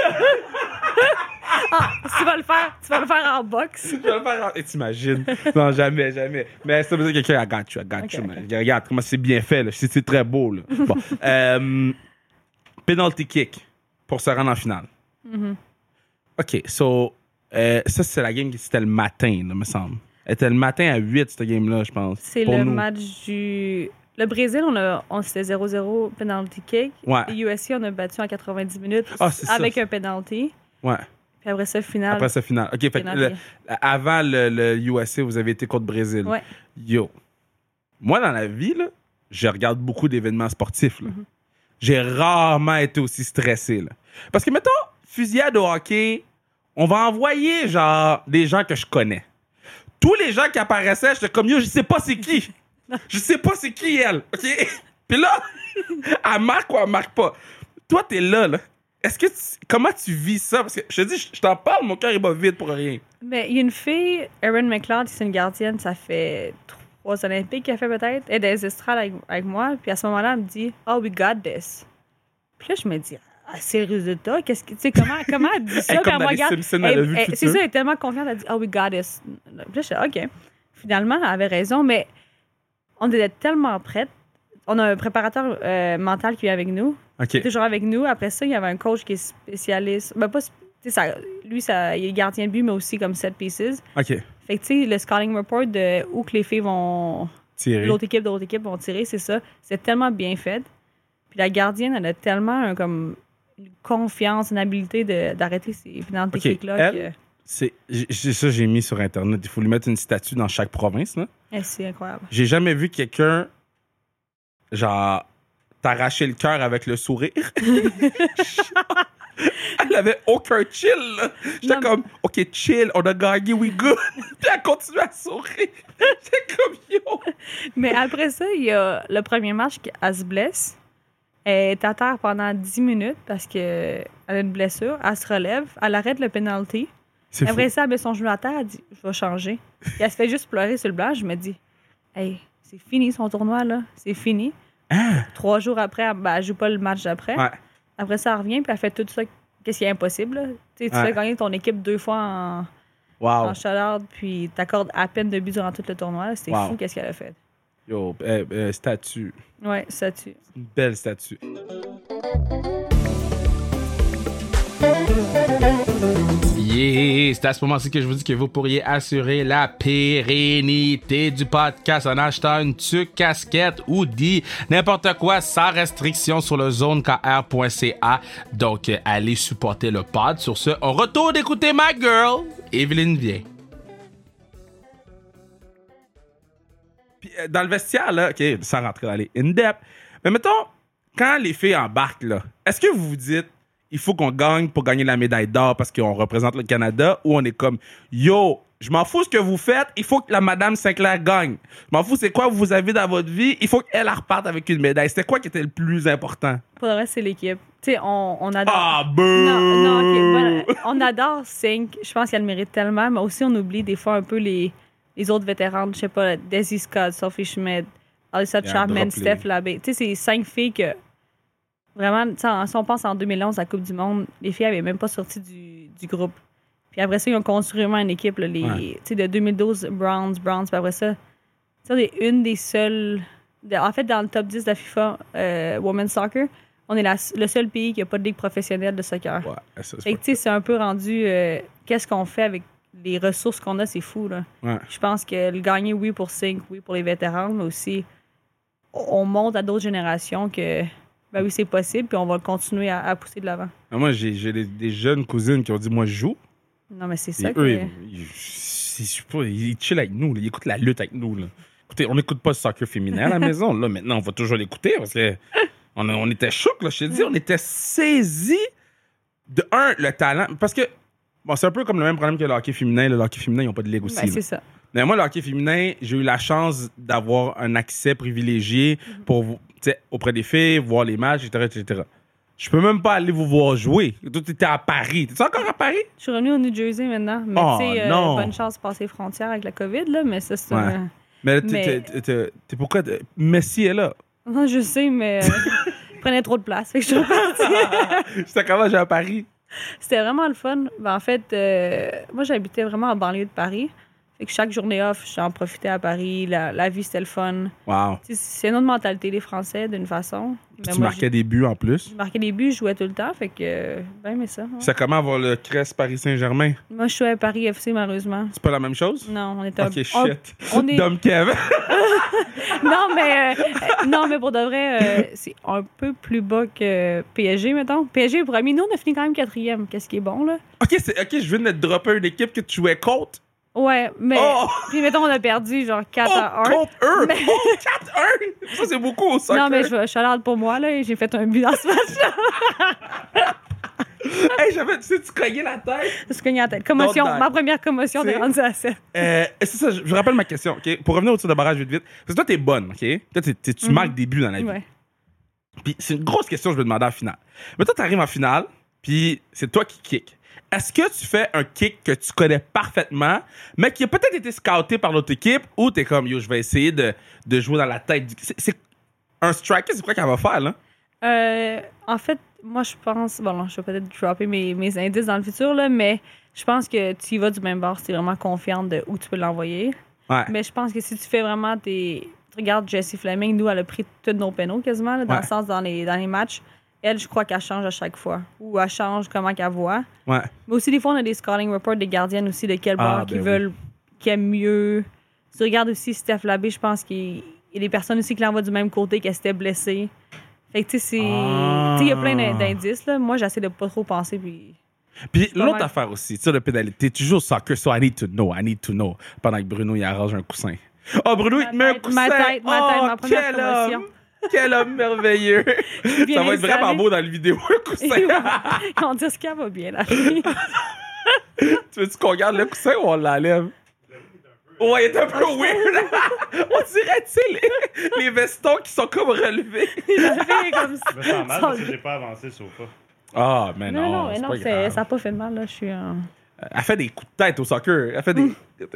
Tu vas le faire en boxe. Je vais le faire et t'imagines. Non, jamais. Mais ça veut dire que quelqu'un, I got you, man. Okay. Regarde comment c'est bien fait, là. C'est très beau, là. Bon. Penalty kick pour se rendre en finale. Mm-hmm. OK, so, ça, c'est la game qui c'était le matin, là, me semble. Elle était le matin à 8, cette game-là, je pense. C'est pour le nous. match du... Le Brésil, on c'était 0-0 penalty kick. Ouais. Le USC, on a battu en 90 minutes c'est avec ça. un penalty. Ouais. Puis après ça, finale. Après ce final. OK, fait que avant le USA, vous avez été contre Brésil. Ouais. Yo. Moi, dans la vie, là, je regarde beaucoup d'événements sportifs. Là. J'ai rarement été aussi stressé. Là. Parce que, mettons, fusillade au hockey, on va envoyer, genre, des gens que je connais. Tous les gens qui apparaissaient, j'étais comme, yo, je sais pas c'est qui. Je sais pas c'est qui, elle. OK? Puis là, elle marque ou elle marque pas. Toi, t'es là, là. Comment tu vis ça? Parce que je te dis, je t'en parle, mon cœur il bat vite pour rien. Mais il y a une fille, Erin McLeod, c'est une gardienne, ça fait 3 Olympiques qu'elle fait peut-être. Elle est des estrades avec moi. Puis à ce moment-là, elle me dit, oh, we got this. Puis là, je me dis, c'est le résultat. Qu'est-ce que, tu sais, comment elle dit ça? Elle, comme quand dans elle les regarde, Simpsons, elle a vu le c'est futur. ça, elle est tellement confiante, elle dit, oh, we got this. Puis là, je dis, OK. Finalement, elle avait raison, mais on était tellement prêtes. On a un préparateur mental qui est avec nous. OK. Toujours avec nous. Après ça, il y avait un coach qui est spécialiste. Ben, pas, tu sais, lui, il est gardien de but, mais aussi comme set pieces. OK. Fait que, tu sais, le scouting report de où que les filles vont. Tirer. L'autre équipe vont tirer, c'est ça. C'est tellement bien fait. Puis la gardienne, elle a tellement comme une confiance, une habileté d'arrêter ces penalty kicks-là. Elle, ça, j'ai mis sur Internet. Il faut lui mettre une statue dans chaque province. Là. C'est incroyable. J'ai jamais vu quelqu'un, genre, t'arracher le cœur avec le sourire. Elle avait aucun chill. Là. J'étais Non, comme, OK, chill, on a gagné, we good. Puis elle continue à sourire. J'étais comme, yo. Mais après ça, il y a le premier match qu'elle se blesse. Elle est à terre pendant 10 minutes parce qu'elle a une blessure. Elle se relève. Elle arrête le penalty. C'est Après fou. ça, elle met son genou à terre. Elle dit, je vais changer. Puis elle se fait juste pleurer sur le blanc. Je me dis, hey, c'est fini son tournoi, là. C'est fini. Ah. 3 jours après, elle joue pas le match d'après. Ouais. Après ça, elle revient puis elle fait tout ça. Qu'est-ce qui est impossible, là? Tu sais, tu Ouais. fais gagner ton équipe 2 fois Wow. en shutout, puis t'accordes à peine de buts durant tout le tournoi. C'était Wow. fou qu'est-ce qu'elle a fait. Yo, statue. Ouais, ça tue. Une belle statue. Yeah, c'est à ce moment-ci que je vous dis que vous pourriez assurer la pérennité du podcast en achetant une tuque, casquette, hoodie, n'importe quoi, sans restriction sur le zonekr.ca. Donc, allez supporter le pod. Sur ce, on retourne d'écouter ma girl, Evelyne Vient. Puis dans le vestiaire, là, OK, sans rentrer dans les in-depth, mais mettons, quand les filles embarquent, là, est-ce que vous vous dites, il faut qu'on gagne pour gagner la médaille d'or parce qu'on représente le Canada, ou on est comme, yo, je m'en fous ce que vous faites, il faut que la Madame Sinclair gagne. Je m'en fous c'est quoi vous avez dans votre vie, il faut qu'elle reparte avec une médaille. C'était quoi qui était le plus important? Pour le reste, c'est l'équipe. Tu sais, on adore. Ah, bouh! Non, OK. Voilà. On adore Sink. Je pense qu'elle le mérite tellement, mais aussi on oublie des fois un peu les autres vétérans. Je sais pas, Daisy Scott, Sophie Schmidt, Alyssa Yeah, Chapman, drop Steph Labbé. Tu sais, c'est 5 filles que vraiment, tu sais, si on pense en 2011, la Coupe du Monde, les filles n'avaient même pas sorti du groupe. Puis après ça, ils ont construit vraiment une équipe. Là, tu sais, de 2012, Browns. Puis après ça, tu sais, on est une des seules. En fait, dans le top 10 de la FIFA Women's Soccer, on est le seul pays qui n'a pas de ligue professionnelle de soccer. Ouais, ça, Fait que, tu sais, c'est un peu rendu. Qu'est-ce qu'on fait avec les ressources qu'on a, c'est fou, là. Ouais. Je pense que le gagner, oui, pour Sync, oui, pour les vétérans, mais aussi, on montre à d'autres générations que, ben oui, c'est possible, puis on va continuer à pousser de l'avant. Moi, j'ai des jeunes cousines qui ont dit, moi, je joue. Non, mais c'est Et ça eux, que. je sais pas, ils chillent avec nous, là. Ils écoutent la lutte avec nous, là. Écoutez, on n'écoute pas le soccer féminin à la maison, là. Maintenant, on va toujours l'écouter parce que on était chocs, là. Je te dis, on était saisis de, le talent. Parce que, bon, c'est un peu comme le même problème que le hockey féminin. Le hockey féminin, ils n'ont pas de ligue aussi. Ben, là. c'est ça. Mais moi, le hockey féminin, j'ai eu la chance d'avoir un accès privilégié pour, tu sais, auprès des filles, voir les matchs, etc. Je peux même pas aller vous voir jouer. Toi, t'étais à Paris. T'es encore à Paris? Je suis revenue au New Jersey maintenant. Mais Oh, tu sais, non. bonne chance de passer les frontières avec la COVID, là. Mais ça, c'est Ouais. Mais là, Mais- t'es pourquoi? Messi est là. Non, je sais, mais prenait trop de place. Fait que je suis repartie. C'était comment, j'ai à Paris? C'était vraiment le fun. Ben, en fait, moi, j'habitais vraiment en banlieue de Paris. Fait que chaque journée off, j'en profitais à Paris. La vie, c'était le fun. Wow. C'est une autre mentalité, les Français, d'une façon. Puis tu marquais des buts en plus. Je marquais des buts, je jouais tout le temps. Fait que, ben, mais ça. Ouais. C'est comment avoir le Crest Paris Saint-Germain? Moi, je jouais à Paris FC, malheureusement. C'est pas la même chose? Non, on était Ok, shit. on est... Dom Kev. non, mais pour de vrai, c'est un peu plus bas que PSG, mettons. PSG est premier. Nous, on a fini quand même 4e. Qu'est-ce qui est bon, là? Ok, je viens de te dropper une équipe que tu jouais contre. Ouais, mais. Oh! Puis, mettons, on a perdu genre 4-1. Contre eux! Mais... Oh, 4-1! Ça, c'est beaucoup au soccer. Non, mais je suis allée pour moi, là, et j'ai fait un but dans ce match-là. Hey, tu sais, tu cognais la tête. Je suis cognée la tête. Commotion, ma première commotion de rendu à 7. C'est ça, je rappelle ma question, OK? Pour revenir au tir de barrage vite. Parce que toi, t'es bonne, OK? Toi, tu marques des buts dans la vie. Ouais. Puis c'est une grosse question que je vais demander en finale. Mais toi, t'arrives en finale, puis c'est toi qui kick. Est-ce que tu fais un kick que tu connais parfaitement, mais qui a peut-être été scouté par l'autre équipe, ou t'es comme, yo, je vais essayer de jouer dans la tête du... C'est un striker, c'est quoi qu'elle va faire, là? En fait, moi, je pense... Bon, là, je vais peut-être dropper mes indices dans le futur, là, mais je pense que tu y vas du même bord si tu es vraiment confiante de où tu peux l'envoyer. Ouais. Mais je pense que si tu fais vraiment tes... Tu regardes Jessie Fleming, nous, elle a pris tous nos pénaux quasiment, là, dans le sens dans les matchs. Elle, je crois qu'elle change à chaque fois. Ou elle change comment qu'elle voit. Ouais. Mais aussi, des fois, on a des scouting reports des gardiennes aussi de quel bord qui veulent, qui aiment mieux. Si tu regardes aussi Steph Labbé, je pense qu'il y a des personnes aussi qui l'envoient du même côté qu'elle s'était blessée. Fait que, tu sais, il y a plein d'indices, là. Moi, j'essaie de pas trop penser, Puis l'autre affaire aussi, tu sais, le pénalité, tu joues au soccer, so I need to know. Pendant que Bruno, il arrange un coussin. Oh, Bruno, il te met un coussin! Ma tête, ma première promotion. Quel homme merveilleux! Ça va être vraiment beau dans la vidéo, un coussin. On dit ce qu'elle va bien, la fille. Tu veux-tu qu'on garde le coussin ou on l'enlève? Ouais, il est un peu weird. On dirait, tu sais, les vestons qui sont comme relevés. Comme ça. Je me sens mal parce que j'ai pas avancé sur le sofa. Ah, mais non, non, pas grave. ça n'a pas fait de mal, là. Je suis Elle fait des coups de tête au soccer. Elle fait des...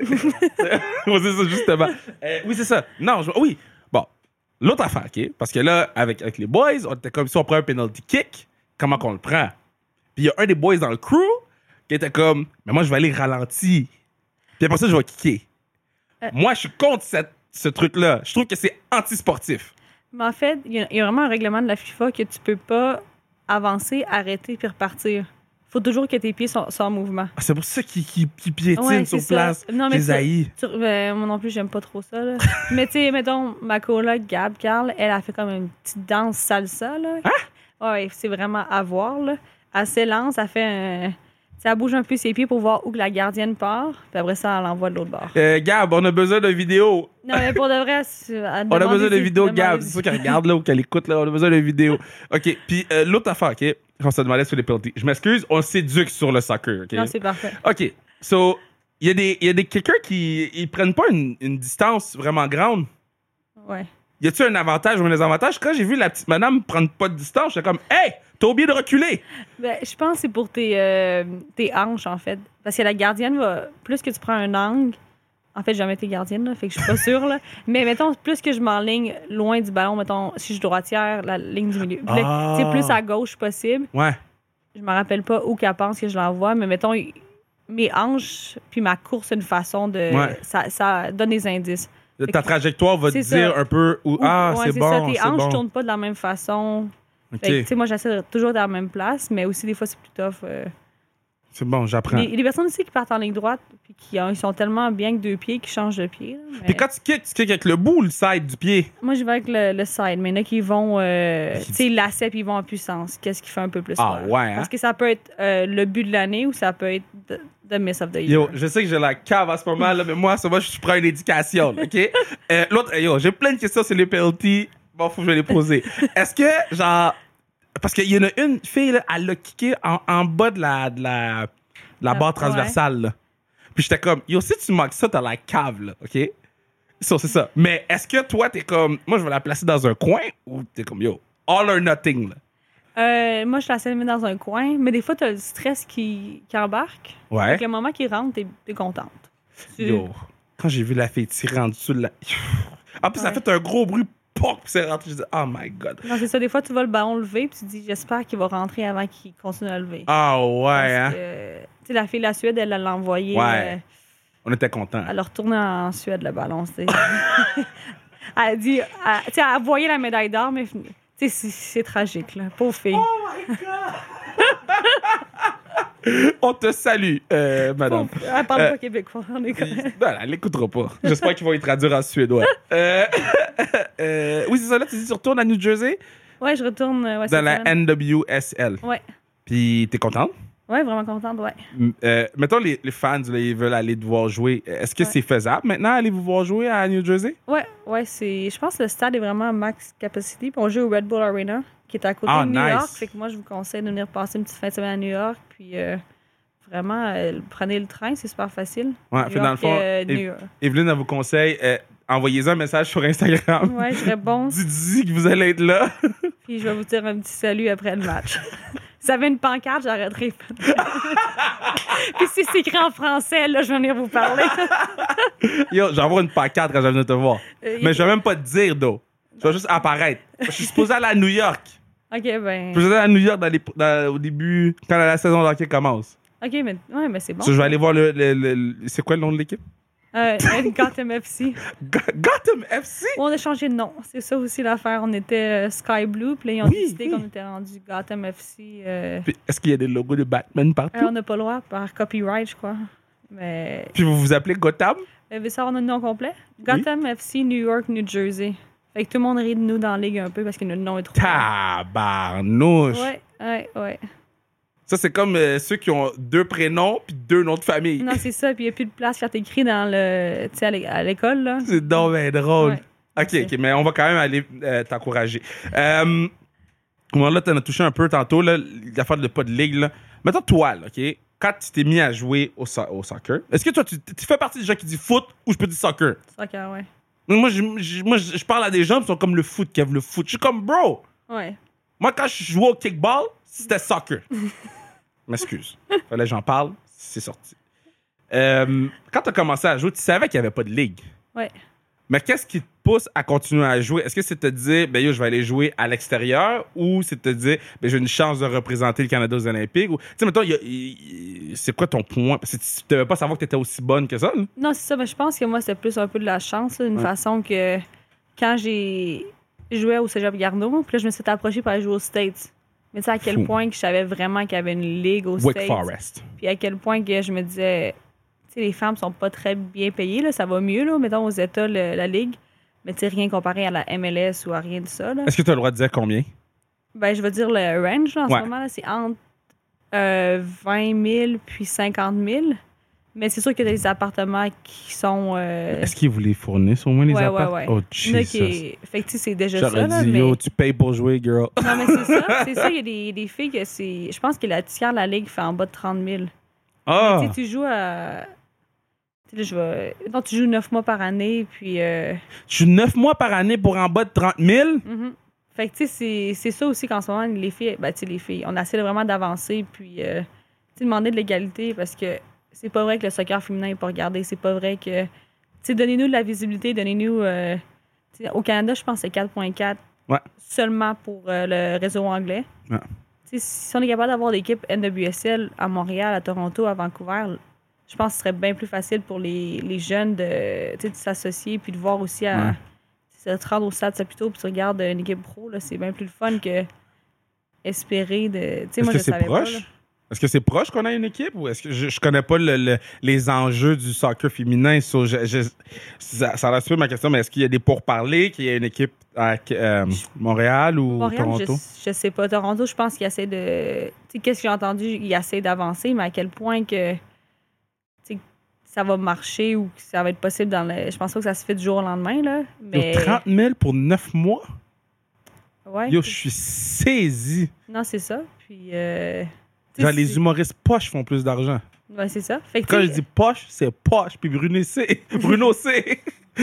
Oui, c'est ça, justement. Oui, c'est ça. Non, oui. Bon, l'autre affaire, OK? Parce que là, avec les boys, on était comme si on prend un penalty kick, comment qu'on le prend? Puis il y a un des boys dans le crew qui était comme, mais moi, je vais aller ralentir. Puis après ça, je vais kicker. Moi, je suis contre ce truc-là. Je trouve que c'est anti-sportif. Mais en fait, il y a vraiment un règlement de la FIFA que tu peux pas avancer, arrêter puis repartir. Faut toujours que tes pieds soient en mouvement. Ah, c'est pour ça qu'ils piétinent sur place. Non, mais les haïs. Moi non plus, j'aime pas trop ça. Là. Mais tu sais, mettons, ma coloc Gab Carl, elle a fait comme une petite danse salsa. Là. Hein? Ouais, c'est vraiment à voir. Là. Elle s'élance, elle fait un... Ça bouge un peu ses pieds pour voir où que la gardienne part. Puis après ça, elle l'envoie de l'autre bord. Gab, on a besoin de vidéo. Non, mais pour de vrai... On a besoin de vidéo, Gab. C'est ça qu'elle regarde là ou qu'elle écoute là. On a besoin de vidéo. OK. Puis l'autre affaire, OK? On se demandait sur les penalties. Je m'excuse, on s'éduque sur le soccer, OK? Non, c'est parfait. OK. So, il y a des quelqu'un qui ils prennent pas une distance vraiment grande. Ouais. Y a-tu un avantage ou un désavantage? Quand j'ai vu la petite madame prendre pas de distance, j'étais comme, hey, t'as oublié de reculer. Ben, je pense que c'est pour tes hanches, en fait. Parce que la gardienne va. Plus que tu prends un angle. En fait, j'ai jamais été gardienne, là, fait que je suis pas sûre. Là. Mais mettons, plus que je m'enligne loin du ballon, mettons, si je suis droitière, la ligne du milieu. Tu sais, plus à gauche possible. Ouais. Je me rappelle pas où qu'elle pense que je l'envoie, mais mettons, mes hanches puis ma course, c'est une façon de. Ouais. Ça donne des indices. Ta trajectoire va te dire un peu où. C'est bon. Ça, tes hanches bon. tournent pas de la même façon. OK. Tu sais, moi, j'essaie toujours dans la même place, mais aussi, des fois, c'est plus tough. C'est bon, j'apprends. Il y a des personnes aussi qui partent en ligne droite puis ils sont tellement bien que 2 pieds qu'ils changent de pied. Là, mais... Puis quand tu kicks avec le bout ou le side du pied? Moi, je vais avec le side, mais il y en a qui vont... tu sais, lacet puis ils vont en puissance. Qu'est-ce qui fait un peu plus peur? Ouais, hein? Parce que ça peut être le but de l'année ou ça peut être the miss of the year. Yo, je sais que j'ai la cave à ce moment-là, mais moi, je prends une éducation, OK? L'autre, j'ai plein de questions sur les penalties. Bon, faut que je les poser. Est-ce que, genre... Parce qu'il y en a une fille, là, elle l'a kické en bas de la barre transversale, là. Puis j'étais comme, yo, si tu manques ça, t'as la cave, là, OK? So, c'est ça. Mais est-ce que toi, t'es comme, moi, je vais la placer dans un coin ou t'es comme, yo, all or nothing, là? Moi, je la laisse mettre dans un coin, mais des fois, t'as le stress qui embarque. Ouais. Avec le moment qu'il rentre, t'es contente. Yo, quand j'ai vu la fille tirer en dessous de la... En plus, ça a fait un gros bruit. POC, puis c'est rentré. Je dis, oh my God. Non, c'est ça. Des fois, tu vois le ballon lever, puis tu dis, j'espère qu'il va rentrer avant qu'il continue à lever. Ah ouais, Parce hein? que, tu sais, la fille de la Suède, elle l'a envoyé. Ouais. On était contents. Elle a retourné en Suède, le ballon. Elle a dit, tu sais, elle a envoyé la médaille d'or, mais tu sais, c'est tragique, là. Pauvre fille. Oh my God! On te salue, madame. Elle parle pas québécois, on est correct. Non, elle l'écoutera pas. J'espère qu'ils vont y traduire en suédois. Oui, c'est ça, là, tu dis tu retournes à New Jersey? Ouais, je retourne. Ouais, Dans la NWSL. Ouais. Puis t'es contente? Ouais, vraiment contente, ouais. Mettons, les fans, là, ils veulent aller te voir jouer. Est-ce que Ouais. c'est faisable maintenant, aller vous voir jouer à New Jersey? Ouais, je pense que le stade est vraiment max capacity. Puis on joue au Red Bull Arena, qui est à côté Ah, de New nice. York. Fait que moi, je vous conseille de venir passer une petite fin de semaine à New York. Puis vraiment, prenez le train, c'est super facile. Ouais, New fait dans le York, fond, New York. Evelyne, elle vous conseille, envoyez-en un message sur Instagram. Ouais, je réponds. Dis que vous allez être là. Puis je vais vous dire un petit salut après le match. Si ça avait une pancarte, j'arrêterais. Puis si c'est écrit en français, là, je vais venir vous parler. Yo, j'envoie une pancarte quand je viens de te voir. Mais je vais même pas te dire, d'eau. Je vais juste apparaître. Je suis supposé aller à New York. OK, ben. Je suis supposé aller à New York au début, quand la saison de hockey commence. OK, mais c'est bon. So, je vais aller voir c'est quoi le nom de l'équipe? Gotham FC. Gotham FC? On a changé de nom. C'est ça aussi l'affaire. On était Sky Blue, puis là, ils ont décidé qu'on était rendu Gotham FC. Puis, est-ce qu'il y a des logos de Batman partout? On n'a pas le droit par copyright, je crois. Mais. Puis vous vous appelez Gotham? Vous savoir notre nom complet? Gotham FC New York, New Jersey. Fait que tout le monde rit de nous dans la ligue un peu parce que notre nom est trop. Tabarnouche! Ouais. Ça, c'est comme ceux qui ont 2 prénoms puis 2 noms de famille. Non, c'est ça. Puis il n'y a plus de place quand t'écris dans le. Tu sais, à l'école, là. C'est donc bien drôle. Ouais. OK, mais on va quand même aller t'encourager. Là, t'en as touché un peu tantôt, là, l'affaire de pas de ligue. Là. Mettons, toi, là, OK, quand tu t'es mis à jouer au soccer, est-ce que toi, tu fais partie des gens qui disent foot ou je peux dire soccer? Soccer, ouais. Moi, je parle à des gens qui sont comme le foot, qui aiment le foot. Je suis comme, bro, Ouais. moi, quand je jouais au kickball, c'était soccer. M'excuse. Fallait que j'en parle, c'est sorti. Quand tu as commencé à jouer, tu savais qu'il n'y avait pas de ligue. Ouais. Mais qu'est-ce qui te pousse à continuer à jouer? Est-ce que c'est te dire, ben yo, je vais aller jouer à l'extérieur, ou c'est te dire, ben j'ai une chance de représenter le Canada aux Olympiques? Ou, tu sais, mettons, c'est quoi ton point? Parce que tu devais pas savoir que tu étais aussi bonne que ça, là? Non, c'est ça. Mais je pense que moi, c'était plus un peu de la chance, là, d'une façon que quand j'ai joué au Cégep Garneau, puis là, je me suis approchée pour aller jouer aux States. Mais tu sais, à quel Fou. point que je savais vraiment qu'il y avait une ligue aux Wake States. Forest. Puis à quel point que je me disais, tu sais, les femmes sont pas très bien payées, là, ça va mieux, là, mettons, aux États, la ligue. Mais tu sais, rien comparé à la MLS ou à rien de ça, là. Est-ce que tu as le droit de dire combien? Ben, je veux dire, le range, là, en Ouais. ce moment, là, c'est entre 20 000 puis 50 000. Mais c'est sûr qu'il y a des appartements qui sont... Est-ce qu'ils vous les fournissent au moins, les ouais, apparts? ouais. Oh, Il y en a Jesus. Fait que, tu sais, c'est déjà ça, J'aurais là, dit, mais... yo, tu payes pour jouer, girl. Non, mais c'est ça. C'est ça, il y a des filles que c'est... Je pense que la tiers de la ligue fait en bas de 30 000. Ah! Tu sais, tu joues à... Tu sais, là, Non, tu joues 9 mois par année, puis... Je suis 9 mois par année pour en bas de 30 000? mhm. Fait que, tu sais, c'est ça aussi qu'en ce moment, les filles... Ben, tu sais, les filles, on essaie vraiment d'avancer, puis... tu sais, demander de l'égalité, parce que c'est pas vrai que le soccer féminin est pas regardé. C'est pas vrai que... Tu sais, donnez-nous de la visibilité, donnez-nous... tu sais, au Canada, je pense que c'est 4.4 Ouais. seulement pour le réseau anglais. Ouais. Tu sais, si on est capable d'avoir l'équipe NWSL à Montréal, à Toronto, à Vancouver, je pense que ce serait bien plus facile pour les jeunes de s'associer puis de voir aussi à se rendre au stade Saputo puis tu regardes une équipe pro. Là, c'est bien plus le fun que espérer de... Tu sais, Est-ce moi, que je c'est savais proche? pas. Là. Est-ce que c'est proche qu'on a une équipe ou est-ce que je connais pas les enjeux du soccer féminin? So, ça a l'air ma question, mais est-ce qu'il y a des pourparlers, qu'il y a une équipe à Montréal ou Montréal, Toronto? je sais pas. Toronto, je pense qu'il essaie de... Tu sais, qu'est-ce que j'ai entendu? Il essaie d'avancer, mais à quel point que ça va marcher ou que ça va être possible dans le... Je pense pas que ça se fait du jour au lendemain, là. Mais... Yo, 30 000 pour 9 mois? Ouais, Yo, je suis saisi. Non, c'est ça. Puis... Genre, les humoristes poches font plus d'argent. Ouais, c'est ça. Fait que, Quand je dis poche, c'est poche. Puis Bruno C. Bruno C.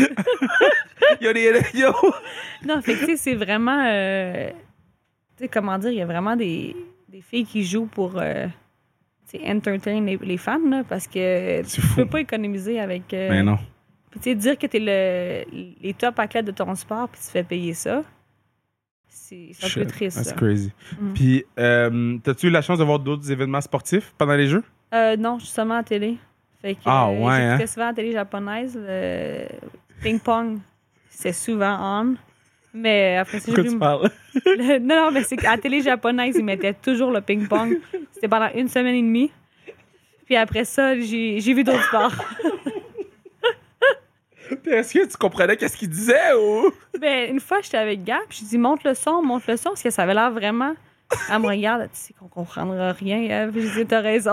Yo. Non, fait que, tu sais, c'est vraiment... tu sais, comment dire, il y a vraiment des filles qui jouent pour... tu sais, entertain les fans, là, parce que C'est tu fou. peux pas économiser avec... Mais non. Puis, tu sais, dire que t'es les top athlètes de ton sport, puis tu te fais payer ça, c'est un peu triste. That's ça. crazy. Puis, t'as-tu eu la chance de voir d'autres événements sportifs pendant les Jeux? Non, je suis seulement à télé. Fait que, j'écoutais souvent à la télé japonaise. Le ping-pong, c'est souvent on. Mais après ça, Pourquoi tu parles? Non, mais c'est qu'à la télé japonaise, ils mettaient toujours le ping-pong. C'était pendant 1 semaine et demie. Puis après ça, j'ai vu d'autres sports. Est-ce que tu comprenais qu'est-ce qu'il disait ou? Ben, une fois, j'étais avec Gab, je dis monte le son, parce que ça avait l'air vraiment. Elle me regarde, tu sais qu'on comprendra rien. Puis je dis, t'as raison.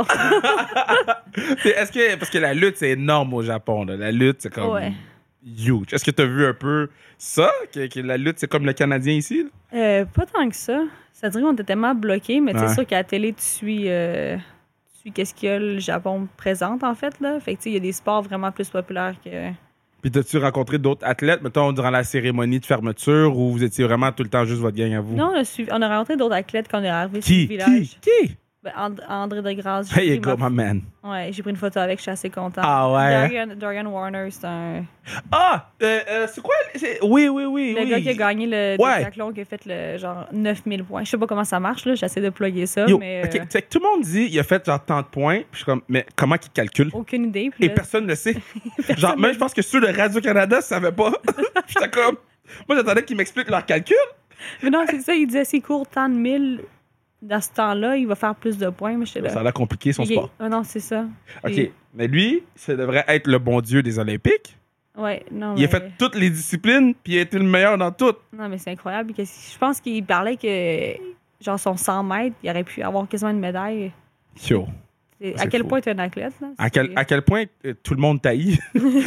Est-ce que. Parce que la lutte, c'est énorme au Japon. Là. La lutte, c'est comme. Ouais. Huge. Est-ce que t'as vu un peu ça? Que la lutte, c'est comme le Canadien ici? Pas tant que ça. Ça dirait qu'on était tellement bloqués, mais c'est Ouais. sûr qu'à la télé, tu suis qu'est-ce qu'il y a le Japon présente, en fait. Là. Fait que, tu sais, il y a des sports vraiment plus populaires que. Puis t'as-tu rencontré d'autres athlètes, mettons, durant la cérémonie de fermeture, ou vous étiez vraiment tout le temps juste votre gang à vous? Non, on a rencontré d'autres athlètes quand on est arrivé sur le Qui? village. Qui? Ben, André Degrasse. Hey, you go, my man. Ouais, j'ai pris une photo avec, je suis assez content. Ah ouais? Dorian Warner, c'est un. Ah! C'est quoi? Oui. Le gars qui a gagné le Ouais. décathlon, qui a fait le genre 9000 points. Je sais pas comment ça marche, là. J'essaie de plugger ça, Yo, mais. ok, c'est que tout le monde dit, il a fait genre tant de points, puis je suis comme, mais comment qu'il calcule? Aucune idée. Puis Et là, personne ne le sait. Genre, même je pense que ceux de Radio-Canada ne savaient pas. J'étais comme. Moi, j'attendais qu'ils m'expliquent leur calcul. Mais non, c'est ça, il disait s'il court tant de 1000 dans ce temps-là, il va faire plus de points. Mais je sais Ça a l'air compliqué, son sport. Ah non, c'est ça. OK. Puis- Mais lui, ça devrait être le bon Dieu des Olympiques. Ouais, non, Il a mais... fait toutes les disciplines, puis il a été le meilleur dans toutes. Non, mais c'est incroyable. Je pense qu'il parlait que, genre, son 100 mètres, il aurait pu avoir quasiment une médaille. Yo. À C'est quel fou. point tu es un athlète, là? À quel point tout le monde taillit.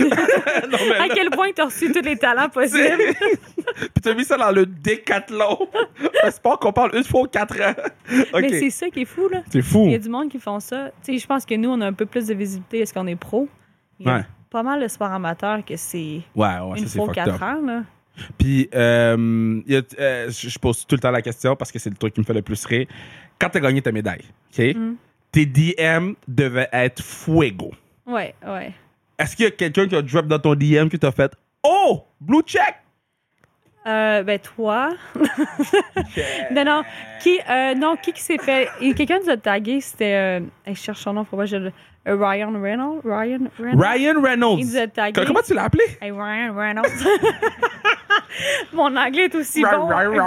À quel point tu as reçu tous les talents possibles. Puis t'as mis ça dans le décathlon. Un sport qu'on parle une fois aux 4 ans. OK. Mais c'est ça qui est fou, là. C'est fou. Il y a du monde qui font ça. Tu sais, je pense que nous, on a un peu plus de visibilité. Est-ce qu'on est pro? Il y a Ouais. pas mal de sports amateurs que c'est Ouais, une ça, c'est fois fucked 4 up. ans, là. Puis, je pose tout le temps la question parce que c'est le truc qui me fait le plus rire. Quand t'as gagné ta médaille, OK? Tes DM devaient être fuego. Ouais. Est-ce qu'il y a quelqu'un qui a drop dans ton DM qui t'a fait « Oh! Blue check! Ben, toi. Non. Qui s'est fait. Quelqu'un nous a tagué, c'était. Je cherche son nom, faut pas que je. Ryan Reynolds. » Ryan Reynolds. Il nous a tagué. Comment tu l'as appelé? Hey, Ryan Reynolds. Mon anglais est aussi bon.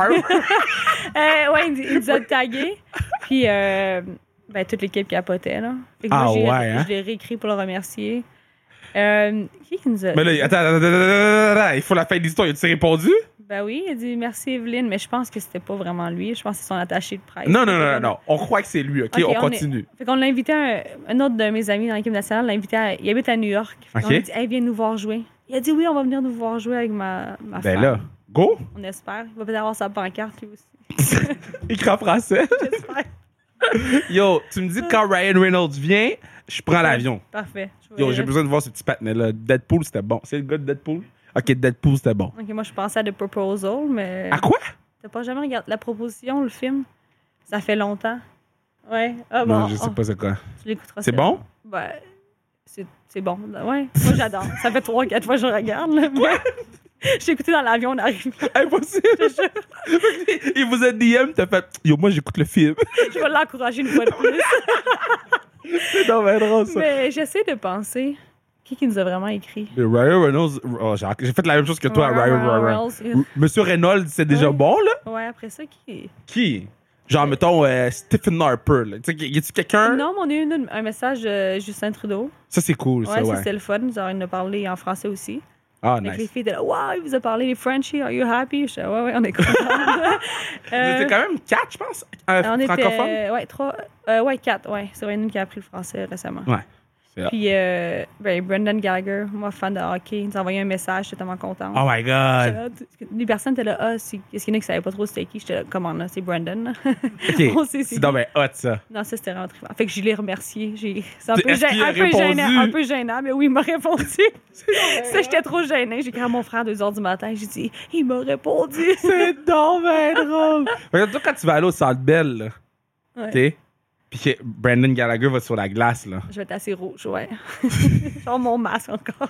Ouais, il nous a tagué. Puis, toute l'équipe capotait, là. Fait que moi, je l'ai réécrit pour le remercier. Qui nous a. Mais là, attends, il faut la fin de l'histoire. As-tu répondu? Ben oui, il a dit merci Evelyne, mais je pense que c'était pas vraiment lui. Je pense que c'est son attaché de presse. Non. On croit que c'est lui, OK? Ok, on continue. Fait qu'on l'a invité, un autre de mes amis dans l'équipe nationale, il habite à New York. Ok. On lui a dit, hey, viens nous voir jouer. Il a dit oui, on va venir nous voir jouer avec ma Ben femme. là, go! On espère. Il va peut-être avoir sa pancarte lui aussi. Écrit en français. J'espère. Yo, tu me dis que quand Ryan Reynolds vient, je prends l'avion. Parfait. Yo, j'ai besoin de voir ce petit patinet-là. Deadpool, c'était bon. C'est le gars de Deadpool? OK, Deadpool, c'était bon. Ok, moi je pensais à The Proposal, mais. À quoi? T'as pas jamais regardé La Proposition, le film? Ça fait longtemps. Ouais. Ah bon. Non, je sais pas c'est quoi. Tu l'écouteras. C'est bon? Ben, c'est bon. Ouais. Moi j'adore. Ça fait 3-4 fois que je regarde. Là, mais... J'ai écouté dans l'avion, on arrive. Impossible! Il vous a DM, t'as fait « Yo, moi, j'écoute le film. Je vais l'encourager une fois de plus. » C'est donc bien drôle, ça. Mais j'essaie de penser. Qui nous a vraiment écrit? Mais Ryan Reynolds... oh, j'ai fait la même chose que toi, Ryan Reynolds. Monsieur Reynolds, c'est déjà Ouais. bon, là? Ouais, après ça, qui? Qui? Genre, mettons, Stephen Harper, là. Tu sais, y a-tu quelqu'un? Non, mais on a eu un message de Justin Trudeau. Ça, c'est cool, Ouais, ça, ça, ouais. c'était le fun. Genre, il nous a parlé en français aussi. Ah, Avec les nice. filles, étaient là, wow, il vous a parlé les Frenchies, are you happy? Je disais, ouais, on est contents. C'était quand même 4, je pense, on francophones. était, ouais, 3, 4, ouais. C'est Ryan qui a appris le français récemment. Ouais. C'est Puis, Brendan Gallagher, moi, fan de hockey, il nous a envoyé un message, j'étais tellement contente. Oh my God! Les personnes étaient là, est-ce qu'il y en a qui savaient pas trop c'était qui? J'étais là, comment là, c'est Brendan. OK, On sait c'est donc bien hot, ça. Non, ça c'était vraiment trippant. Fait que je l'ai remercié. C'est un peu, Est-ce qu'il a répondu? un peu gênant, mais oui, il m'a répondu. Ça, j'étais trop gênée. J'ai écrit à mon frère à 2h du matin. J'ai dit, il m'a répondu. C'est donc bien drôle! Regarde, toi, quand tu vas aller au Centre Bell, là, Ouais. OK? Puis que Brendan Gallagher va sur la glace, là. Je vais être assez rouge, ouais. Genre mon masque encore.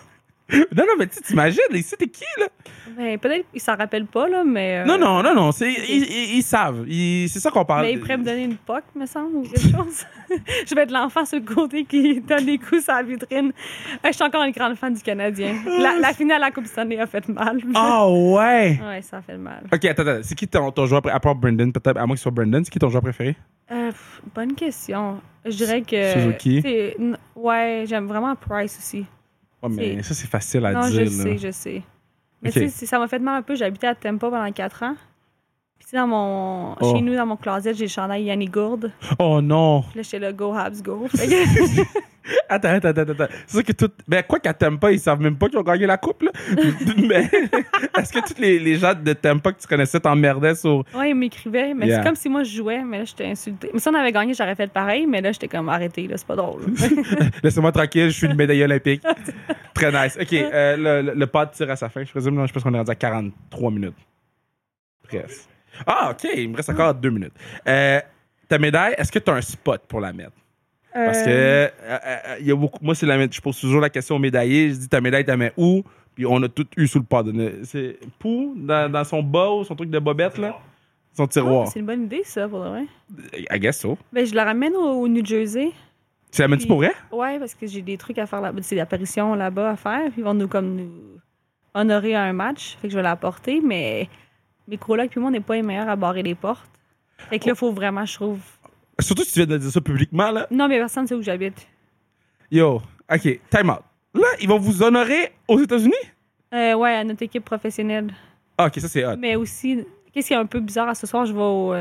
Non, mais tu t'imagines, ici, t'es qui, là? Ben, peut-être qu'ils s'en rappellent pas, là, mais... Non. Ils savent. C'est ça qu'on parle. Mais ils pourraient me donner une POC, me semble, ou quelque chose. Je vais être l'enfant sur le côté qui donne des coups sur la vitrine. Je suis encore une grande fan du Canadien. La finale à la Coupe Stanley a fait mal. Ah, ouais! Ouais, ça a fait mal. OK, attends. C'est qui ton joueur préféré? À part Brendan, peut-être, à moins que ce soit Brendan, c'est qui ton joueur préféré? Bonne question. Je dirais que... Suzuki? Ouais, j'aime vraiment Price aussi. Ouais, mais ça, c'est facile à non, dire. Je sais. Mais Okay. tu sais, ça m'a fait mal un peu. J'habitais à Tampa pendant 4 ans. Puis chez nous, dans mon closet, j'ai le chandail Yanni Gourde. Oh non! Puis là, j'étais là, go Habs, go. Attends. C'est sûr que tout. Ben, quoi qu'à Tampa, ils savent même pas qu'ils ont gagné la coupe, là. Mais est-ce que tous les gens de Tampa que tu connaissais t'emmerdaient sur. Ouais, ils m'écrivaient. Mais Yeah. c'est comme si moi, je jouais. Mais là, j'étais insultée. Mais si on avait gagné, j'aurais fait pareil. Mais là, j'étais comme arrêtée. Là, c'est pas drôle. Laissez-moi tranquille, je suis une médaille olympique. Très nice. OK, le pod tire à sa fin. Je présume, là, je pense qu'on est rendu à 43 minutes. Presque. Ah, OK, il me reste encore 2 minutes. Ta médaille, est-ce que tu as un spot pour la mettre? Parce que il y a beaucoup. Moi, je pose toujours la question aux médaillés. Je dis ta médaille, tu la mets où? Puis on a tout eu sous le pod. C'est Pou, dans son bas, son truc de bobette, là. Son tiroir. C'est une bonne idée, ça, pour le vrai. I guess so. Ben, je la ramène au New Jersey. Tu l'amènes-tu pour vrai? Ouais, parce que j'ai des trucs à faire là-bas. C'est l'apparition là-bas à faire. Puis ils vont nous honorer à un match. Fait que je vais l'apporter. Mais mes colocs puis moi, on n'est pas les meilleurs à barrer les portes. Fait que là, il faut vraiment, je trouve. Surtout si tu viens de dire ça publiquement, là. Non, mais personne ne sait où j'habite. Yo, OK, time out. Là, ils vont vous honorer aux États-Unis? Ouais, à notre équipe professionnelle. Ah, OK, ça, c'est hot. Mais aussi, qu'est-ce qui est un peu bizarre à ce soir, je vais au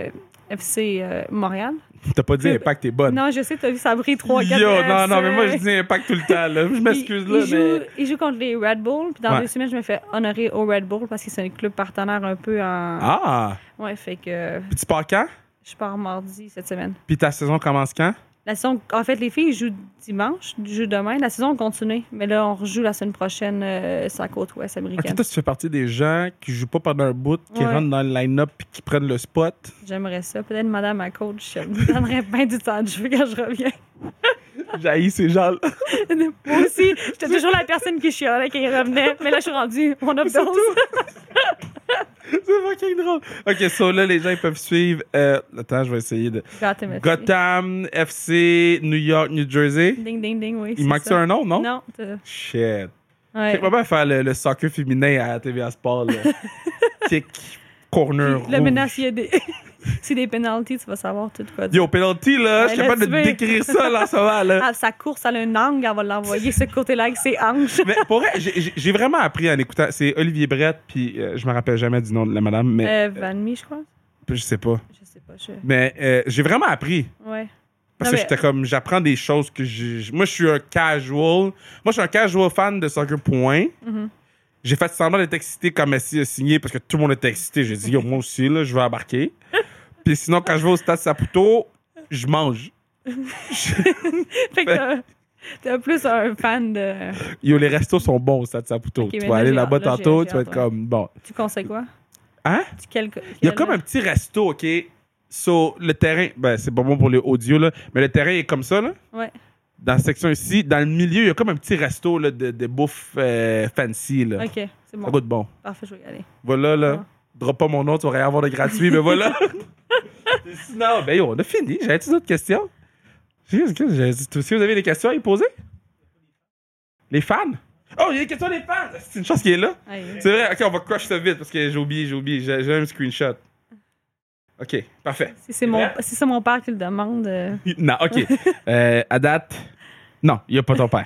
FC Montréal. T'as pas dit Impact, t'es bonne. Non, je sais, t'as vu, ça brille 3-4 Yo, non, mais moi, je dis Impact tout le temps, là. Je m'excuse, là, mais... Il joue contre les Red Bull, puis dans 2 semaines, je me fais honorer au Red Bull parce que c'est un club partenaire un peu en... Ah! Ouais, fait que... Puis tu pars quand? Je pars mardi cette semaine. Puis ta saison commence quand? La saison... En fait, les filles jouent dimanche, jouent demain. La saison continue, mais là, on rejoue la semaine prochaine sur la côte ouest américaine. OK, toi, tu fais partie des gens qui jouent pas pendant un bout, qui rentrent dans le line-up puis qui prennent le spot. J'aimerais ça. Peut-être madame ma coach, je me donnerais bien du temps de jouer quand je reviens. J'haïs ces gens-là. Moi aussi, j'étais toujours la personne qui chialait quand il revenait, mais là, je suis rendue mon overdose. C'est fucking drôle. OK, so là, les gens, ils peuvent suivre... attends, je vais essayer de... Gotham, FC, New York, New Jersey. Ding, ding, ding, oui. Il manque-tu un nom, non? Non. Shit. Ouais. Je peux pas faire le soccer féminin à TVA Sport, là. Kick, corner, Le rouge. menace, il y a des... C'est des penalties, tu vas savoir tout quoi dire. Yo, penalty, là, je suis capable de décrire ça, là, ça va, là. Ah, sa course, elle a un angle, elle va l'envoyer ce côté-là avec ses hanches. Mais pour vrai, j'ai vraiment appris en écoutant. C'est Olivier Brett, puis je me rappelle jamais du nom de la madame, mais... Vanmy, je crois. Je sais pas. Je sais pas. Mais j'ai vraiment appris. Ouais. Parce que j'étais comme, j'apprends des choses que moi, je suis un casual. Moi, je suis un casual fan de soccer, point. Mm-hmm. J'ai fait semblant d'être excité quand Messi a signé parce que tout le monde était excité. J'ai dit, yo, moi aussi, là, je vais embarquer. Puis sinon, quand je vais au Stade Saputo, je mange. Fait que t'es plus un fan de... Yo, les restos sont bons au Stade Saputo. Okay, tu vas aller là-bas tantôt, tu vas être comme, bon. Tu conseilles quoi? Hein? Il y a comme un petit resto, OK? So, le terrain, ben, c'est pas bon pour les audios, là, mais le terrain est comme ça, là. Ouais. Dans la section ici, dans le milieu, il y a comme un petit resto là, de bouffe fancy, là. OK, c'est bon. Ça goûte bon. Parfait, je vais y aller. Voilà, là. Ouais. Drop pas mon nom, tu vas rien avoir de gratuit, mais voilà. Sinon, ben yo, on a fini. J'avais-tu d'autres questions? Si vous avez des questions à y poser? Les fans? Oh, il y a des questions des fans! C'est une chance qu'il est là. Aïe. C'est vrai, OK, on va crush ça vite parce que j'ai oublié. J'ai un screenshot. OK, parfait. Si c'est ça mon père qui le demande... Non, OK. À date, non, il n'y a pas ton père.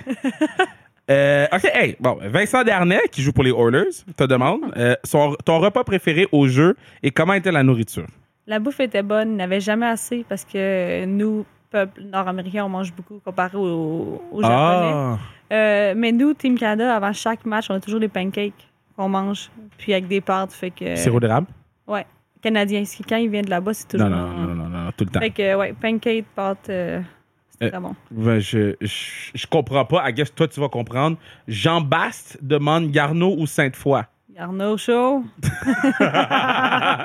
OK, hey, bon, Vincent Darnay, qui joue pour les Oilers, te demande ton repas préféré au jeu et comment était la nourriture? La bouffe était bonne, il n'avait jamais assez parce que nous, peuple nord-américain, on mange beaucoup comparé aux Japonais. Mais nous, Team Canada, avant chaque match, on a toujours des pancakes qu'on mange, puis avec des pâtes, fait que... Sirop d'érable? Ouais, canadien. Quand il vient de là-bas, c'est toujours... Non, tout le temps. Fait que, ouais, pancakes, pâtes, c'est très bon. Ben, je comprends pas. I guess toi, tu vas comprendre. Jean Bast demande Garneau ou Sainte-Foy? Garneau chaud.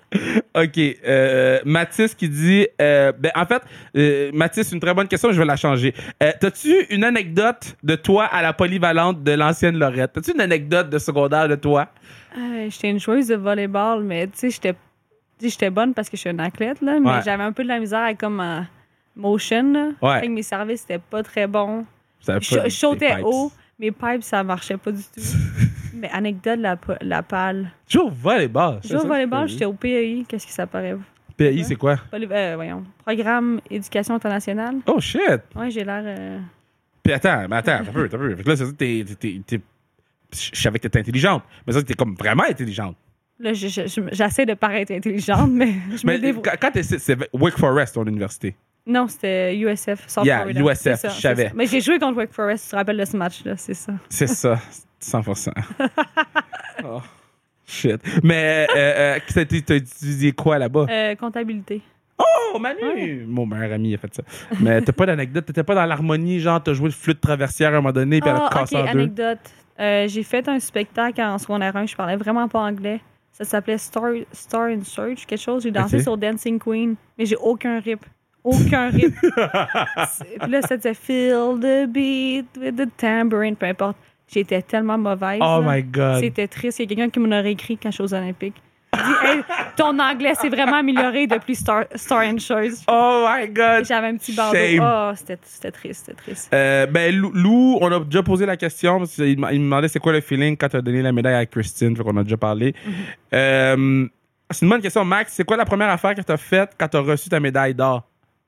OK. Mathis qui dit... en fait, Mathis, une très bonne question, je vais la changer. T'as-tu une anecdote de toi à la polyvalente de l'ancienne Lorette? T'as-tu une anecdote de secondaire de toi? J'étais une joueuse de volleyball, mais tu sais, j'étais bonne parce que je suis une athlète, là, mais j'avais un peu de la misère avec comme motion. Là. Ouais. Fait que mes services, c'était pas très bon. Je Je sautais haut. Mes pipes, ça marchait pas du tout. Mais anecdote, la pâle. Tu joues au volleyball. Je joue au volleyball, j'étais au PEI. Qu'est-ce que ça paraît? PEI, c'est quoi? Voyons. Programme Éducation internationale. Oh, shit! Ouais, j'ai l'air... Puis attends, t'as peu. Fait que là, c'est ça, je savais que t'étais intelligente. Mais ça, t'es comme vraiment intelligente. Là, j'essaie de paraître intelligente, mais je me débrouille. Quand c'est Wake Forest, ton université? Non, c'était USF. South Florida. USF, ça, je savais. Mais j'ai joué contre Wake Forest, tu te rappelles de ce match-là, c'est ça. C'est ça, 100%. Oh, shit. Mais t'as étudié quoi là-bas? Comptabilité. Oh, Manu! Mon meilleur ami a fait ça. Mais t'as pas d'anecdote? T'étais pas dans l'harmonie, genre t'as joué le flûte traversière à un moment donné, puis elle a cassé en deux? Anecdote. J'ai fait un spectacle en secondaire 1, je parlais vraiment pas anglais. Ça s'appelait Star in Search, quelque chose. J'ai dansé sur Dancing Queen, mais j'ai aucun rip. Aucun rip. Puis là, ça disait Feel the beat with the tambourine, peu importe. J'étais tellement mauvaise. Oh là. my God. C'était triste. Il y a quelqu'un qui m'en aurait écrit quand je suis aux Olympiques. Il dit hey, ton anglais s'est vraiment amélioré depuis Star in Search. Oh my God. J'avais un petit bardeau. Oh, c'était triste, Lou, on a déjà posé la question parce qu'il me demandait c'est quoi le feeling quand tu as donné la médaille à Christine. Fait qu'on a déjà parlé. Mm-hmm. C'est une bonne question. Max, c'est quoi la première affaire que tu as faite quand tu as reçu ta médaille d'or?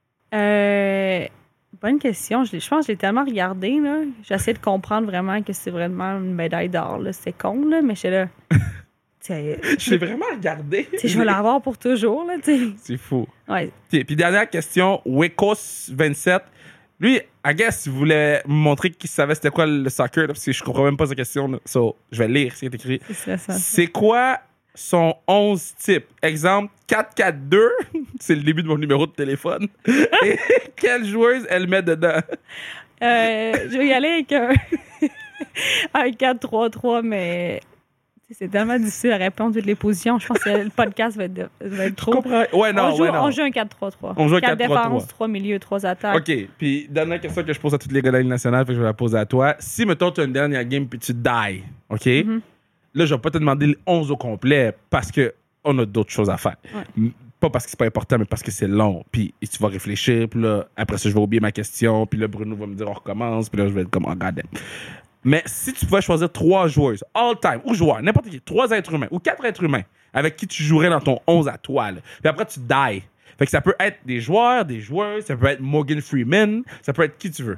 Bonne question. Je pense que je l'ai tellement regardé. J'essaie de comprendre vraiment que c'est vraiment une médaille d'or. C'était con, là, mais j'étais là. Je l'ai vraiment regardé. Je vais l'avoir pour toujours. Là, c'est fou. Ouais. Puis dernière question, Wekos27. Lui, I guess, il voulait me montrer qu'il savait c'était quoi le soccer, là, parce que je comprends même pas sa question. Là. So, je vais lire ce qui est écrit. C'est quoi son 11 type? Exemple, 4-4-2, c'est le début de mon numéro de téléphone. Et quelle joueuse elle met dedans? Je vais y aller avec un 4-3-3, mais... C'est tellement difficile à répondre toutes les positions. Je pense que le podcast va être trop. Je comprends. Ouais, non, on joue un 4-3-3. On joue un 4 4-3-3. défenses, 3 milieux, 3 attaques. OK. Puis, dernière question que je pose à toutes les gars de la Ligue nationale, fait que je vais la poser à toi. Si, mettons, tu as une dernière game puis tu die, OK? Mm-hmm. Là, je vais pas te demander le 11 au complet parce qu'on a d'autres choses à faire. Ouais. Pas parce que c'est pas important, mais parce que c'est long. Puis tu vas réfléchir. Puis là, après ça, je vais oublier ma question. Puis là, Bruno va me dire on recommence. Puis là, je vais être comme, oh, god damn. Mais si tu pouvais choisir 3 joueuses, all-time, ou joueurs, n'importe qui, 3 êtres humains ou 4 êtres humains avec qui tu jouerais dans ton 11 à toi, là. Puis après, tu die. Fait que ça peut être des joueurs, des joueuses, ça peut être Morgan Freeman, ça peut être qui tu veux.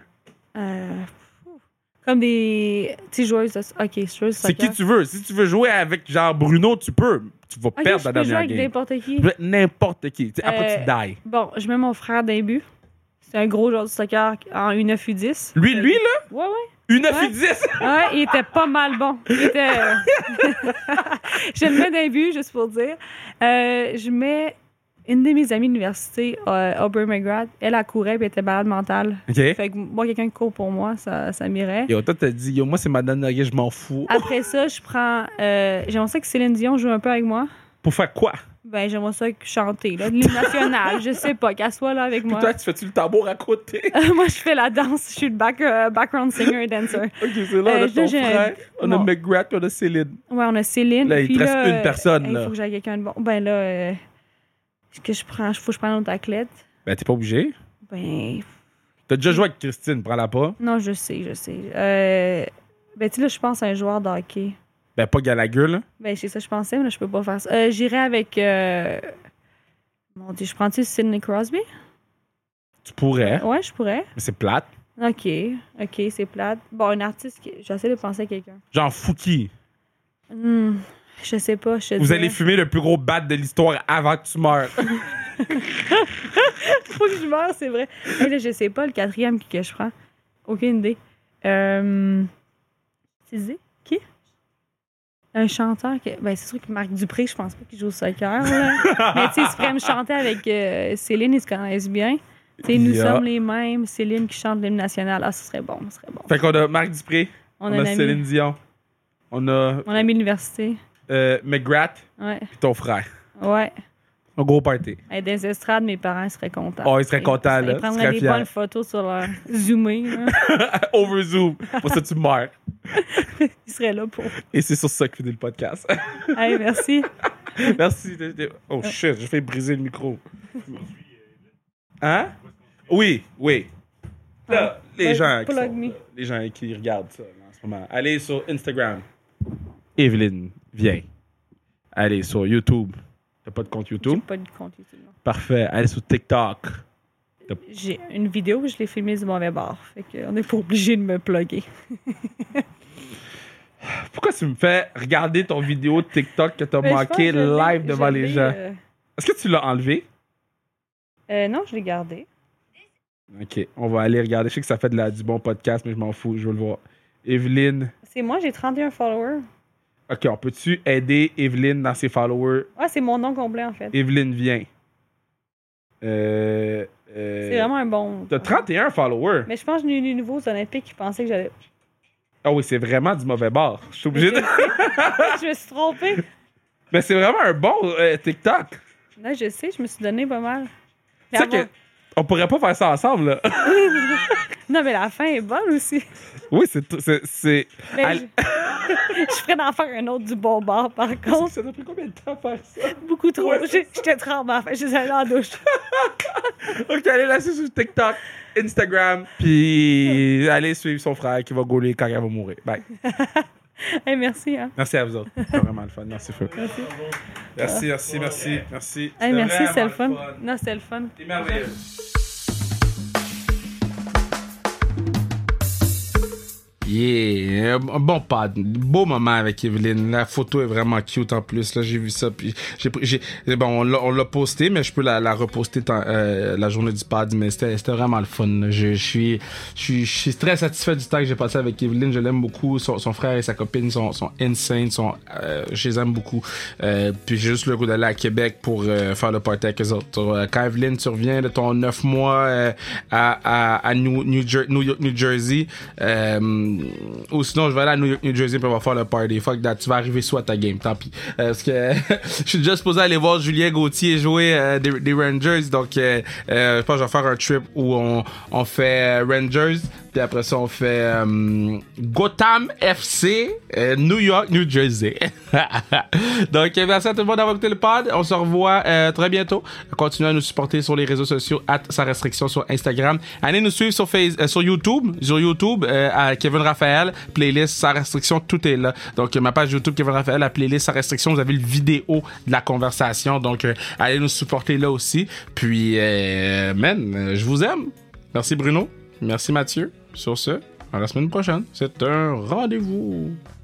Comme des joueuses de... OK, joueuses c'est qui tu veux. Si tu veux jouer avec genre Bruno, tu peux. Tu vas perdre la dernière game. Je peux jouer avec n'importe qui. N'importe qui. Après, tu die. Bon, je mets mon frère d'un but. C'est un gros joueur de soccer en U9 U10. Lui, là? Ouais. U9 U10? Ouais, il était pas mal bon. Je le mets d'un but, juste pour dire. Je mets une de mes amies d'université, Aubrey McGrath. Elle courait et elle était malade mentale. OK. Fait que moi, quelqu'un qui court pour moi, ça m'irait. Yo, toi, t'as dit, moi, c'est Madame Nugget, je m'en fous. Après ça, je prends... j'aimerais ça que Céline Dion joue un peu avec moi. Pour faire quoi? Ben, j'aimerais ça chanter, là, de l'hymne national. Je sais pas, qu'elle soit là avec moi. Puis toi, tu fais-tu le tambour à côté? Moi, je fais la danse. Je suis le background singer et dancer. OK, c'est là, on a ton frère, on a McGrath, on a Céline. Ouais, on a Céline. Là, il puis te reste une personne, là. Il faut que j'aille quelqu'un de bon. Ben là, que je prends? Faut que je prenne une autre athlète. Ben, t'es pas obligé. Ben... T'as déjà joué avec Christine, prends-la pas. Non, je sais. Ben, tu sais, là, je pense à un joueur de hockey. Ben, pas Gallagher, là. Ben, c'est ça que je pensais, mais là, je peux pas faire ça. J'irais avec... Mon Dieu, je prends-tu Sidney Crosby? Tu pourrais. Ouais, je pourrais. Mais c'est plate. OK, c'est plate. Bon, un artiste, j'essaie de penser à quelqu'un. Genre Fouki. Je sais pas, Vous allez fumer le plus gros bat de l'histoire avant que tu meurs. Faut que je meure, c'est vrai. Mais là, je sais pas le 4e que je prends. Aucune idée. Tu disais? Qui? Un chanteur ben, c'est sûr que Marc Dupré, je pense pas qu'il joue au soccer. Là. Mais tu sais, il se ferait me chanter avec Céline, ils se connaissent bien. Tu sais, nous sommes les mêmes. Céline qui chante l'hymne national. Ah, ce serait bon. Fait qu'on a Marc Dupré, on a Céline Dion, on a... Mon ami de l'université. McGrath, ouais. puis ton frère. Ouais. Un gros party. Hey, des estrades, mes parents seraient contents. Oh, ils seraient contents, là. Ils prendraient seraient des fiers. bonnes photos sur leur zoomé. Over Zoom. Pour ça, tu meurs. Ils seraient là pour. Et c'est sur ça que finit le podcast. Hey, merci. Merci. Oh shit, j'ai fait briser le micro. Hein? Oui. Là, les gens qui regardent ça là, en ce moment, allez sur Instagram. Evelyne, viens. Allez sur YouTube. T'as pas de compte YouTube? J'ai pas de compte YouTube, non. Parfait. Allez sur TikTok. J'ai une vidéo où je l'ai filmée du mauvais bord. Fait qu'on n'est pas obligé de me plugger. Pourquoi tu me fais regarder ton vidéo de TikTok que t'as manqué live devant les gens? Est-ce que tu l'as enlevé? Non, je l'ai gardé. OK, on va aller regarder. Je sais que ça fait du bon podcast, mais je m'en fous. Je veux le voir. Evelyne. C'est moi, j'ai 31 followers. OK, on peut-tu aider Evelyne dans ses followers? Ah, c'est mon nom complet, en fait. Evelyne, viens. C'est vraiment un bon... T'as 31 followers? Mais je pense que j'ai eu des nouveaux Olympiques qui pensaient que j'allais... Ah oui, c'est vraiment du mauvais bord. Je suis obligé de... Je me suis trompée. Mais c'est vraiment un bon TikTok. Là, je sais, je me suis donné pas mal. Tu sais que on pourrait pas faire ça ensemble, là. Non, mais la fin est bonne aussi. Oui, c'est... Mais je ferais d'en faire un autre du bon bord, par contre. Ça t'a pris combien de temps à faire ça? Beaucoup trop. Ouais, J'étais trembée. En fait, je suis allée en douche. OK, allez là-dessus sur TikTok, Instagram, puis allez suivre son frère qui va gauler quand il va mourir. Bye. Hey, merci. Hein. Merci à vous autres. C'était vraiment le fun. Merci, Feu. Merci. Merci. Hey, merci, vraiment c'est le fun. Non, c'est le fun. T'es merveilleux. Yeah, un bon pod, beau moment avec Evelyne. La photo est vraiment cute en plus. Là, j'ai vu ça, puis bon, on l'a posté, mais je peux la reposter la journée du pod. Mais c'était vraiment le fun. Là. Je suis très satisfait du temps que j'ai passé avec Evelyne. Je l'aime beaucoup. Son frère et sa copine sont insane, je les aime beaucoup. Puis j'ai juste le goût d'aller à Québec pour faire le party avec eux autres. Quand Evelyne, tu reviens de ton 9 mois à New Jersey. Ou sinon je vais aller à New Jersey puis on va faire le party. Fuck that, tu vas arriver soit à ta game, tant pis. Parce que je suis déjà supposé aller voir Julien Gauthier jouer des Rangers, donc je pense que je vais faire un trip où on fait Rangers, puis après ça on fait Gotham FC, New York, New Jersey. Donc merci à tout le monde d'avoir écouté le pod. On se revoit très bientôt. Continuez à nous supporter sur les réseaux sociaux @sarestriction sur Instagram. Allez nous suivre sur YouTube à Kevin Raphaël, playlist sans restriction, tout est là. Donc ma page YouTube Kevin Raphaël, la playlist sans restriction, vous avez le vidéo de la conversation. Donc allez nous supporter là aussi. Puis je vous aime. Merci Bruno. Merci Mathieu. Sur ce, à la semaine prochaine. C'est un rendez-vous.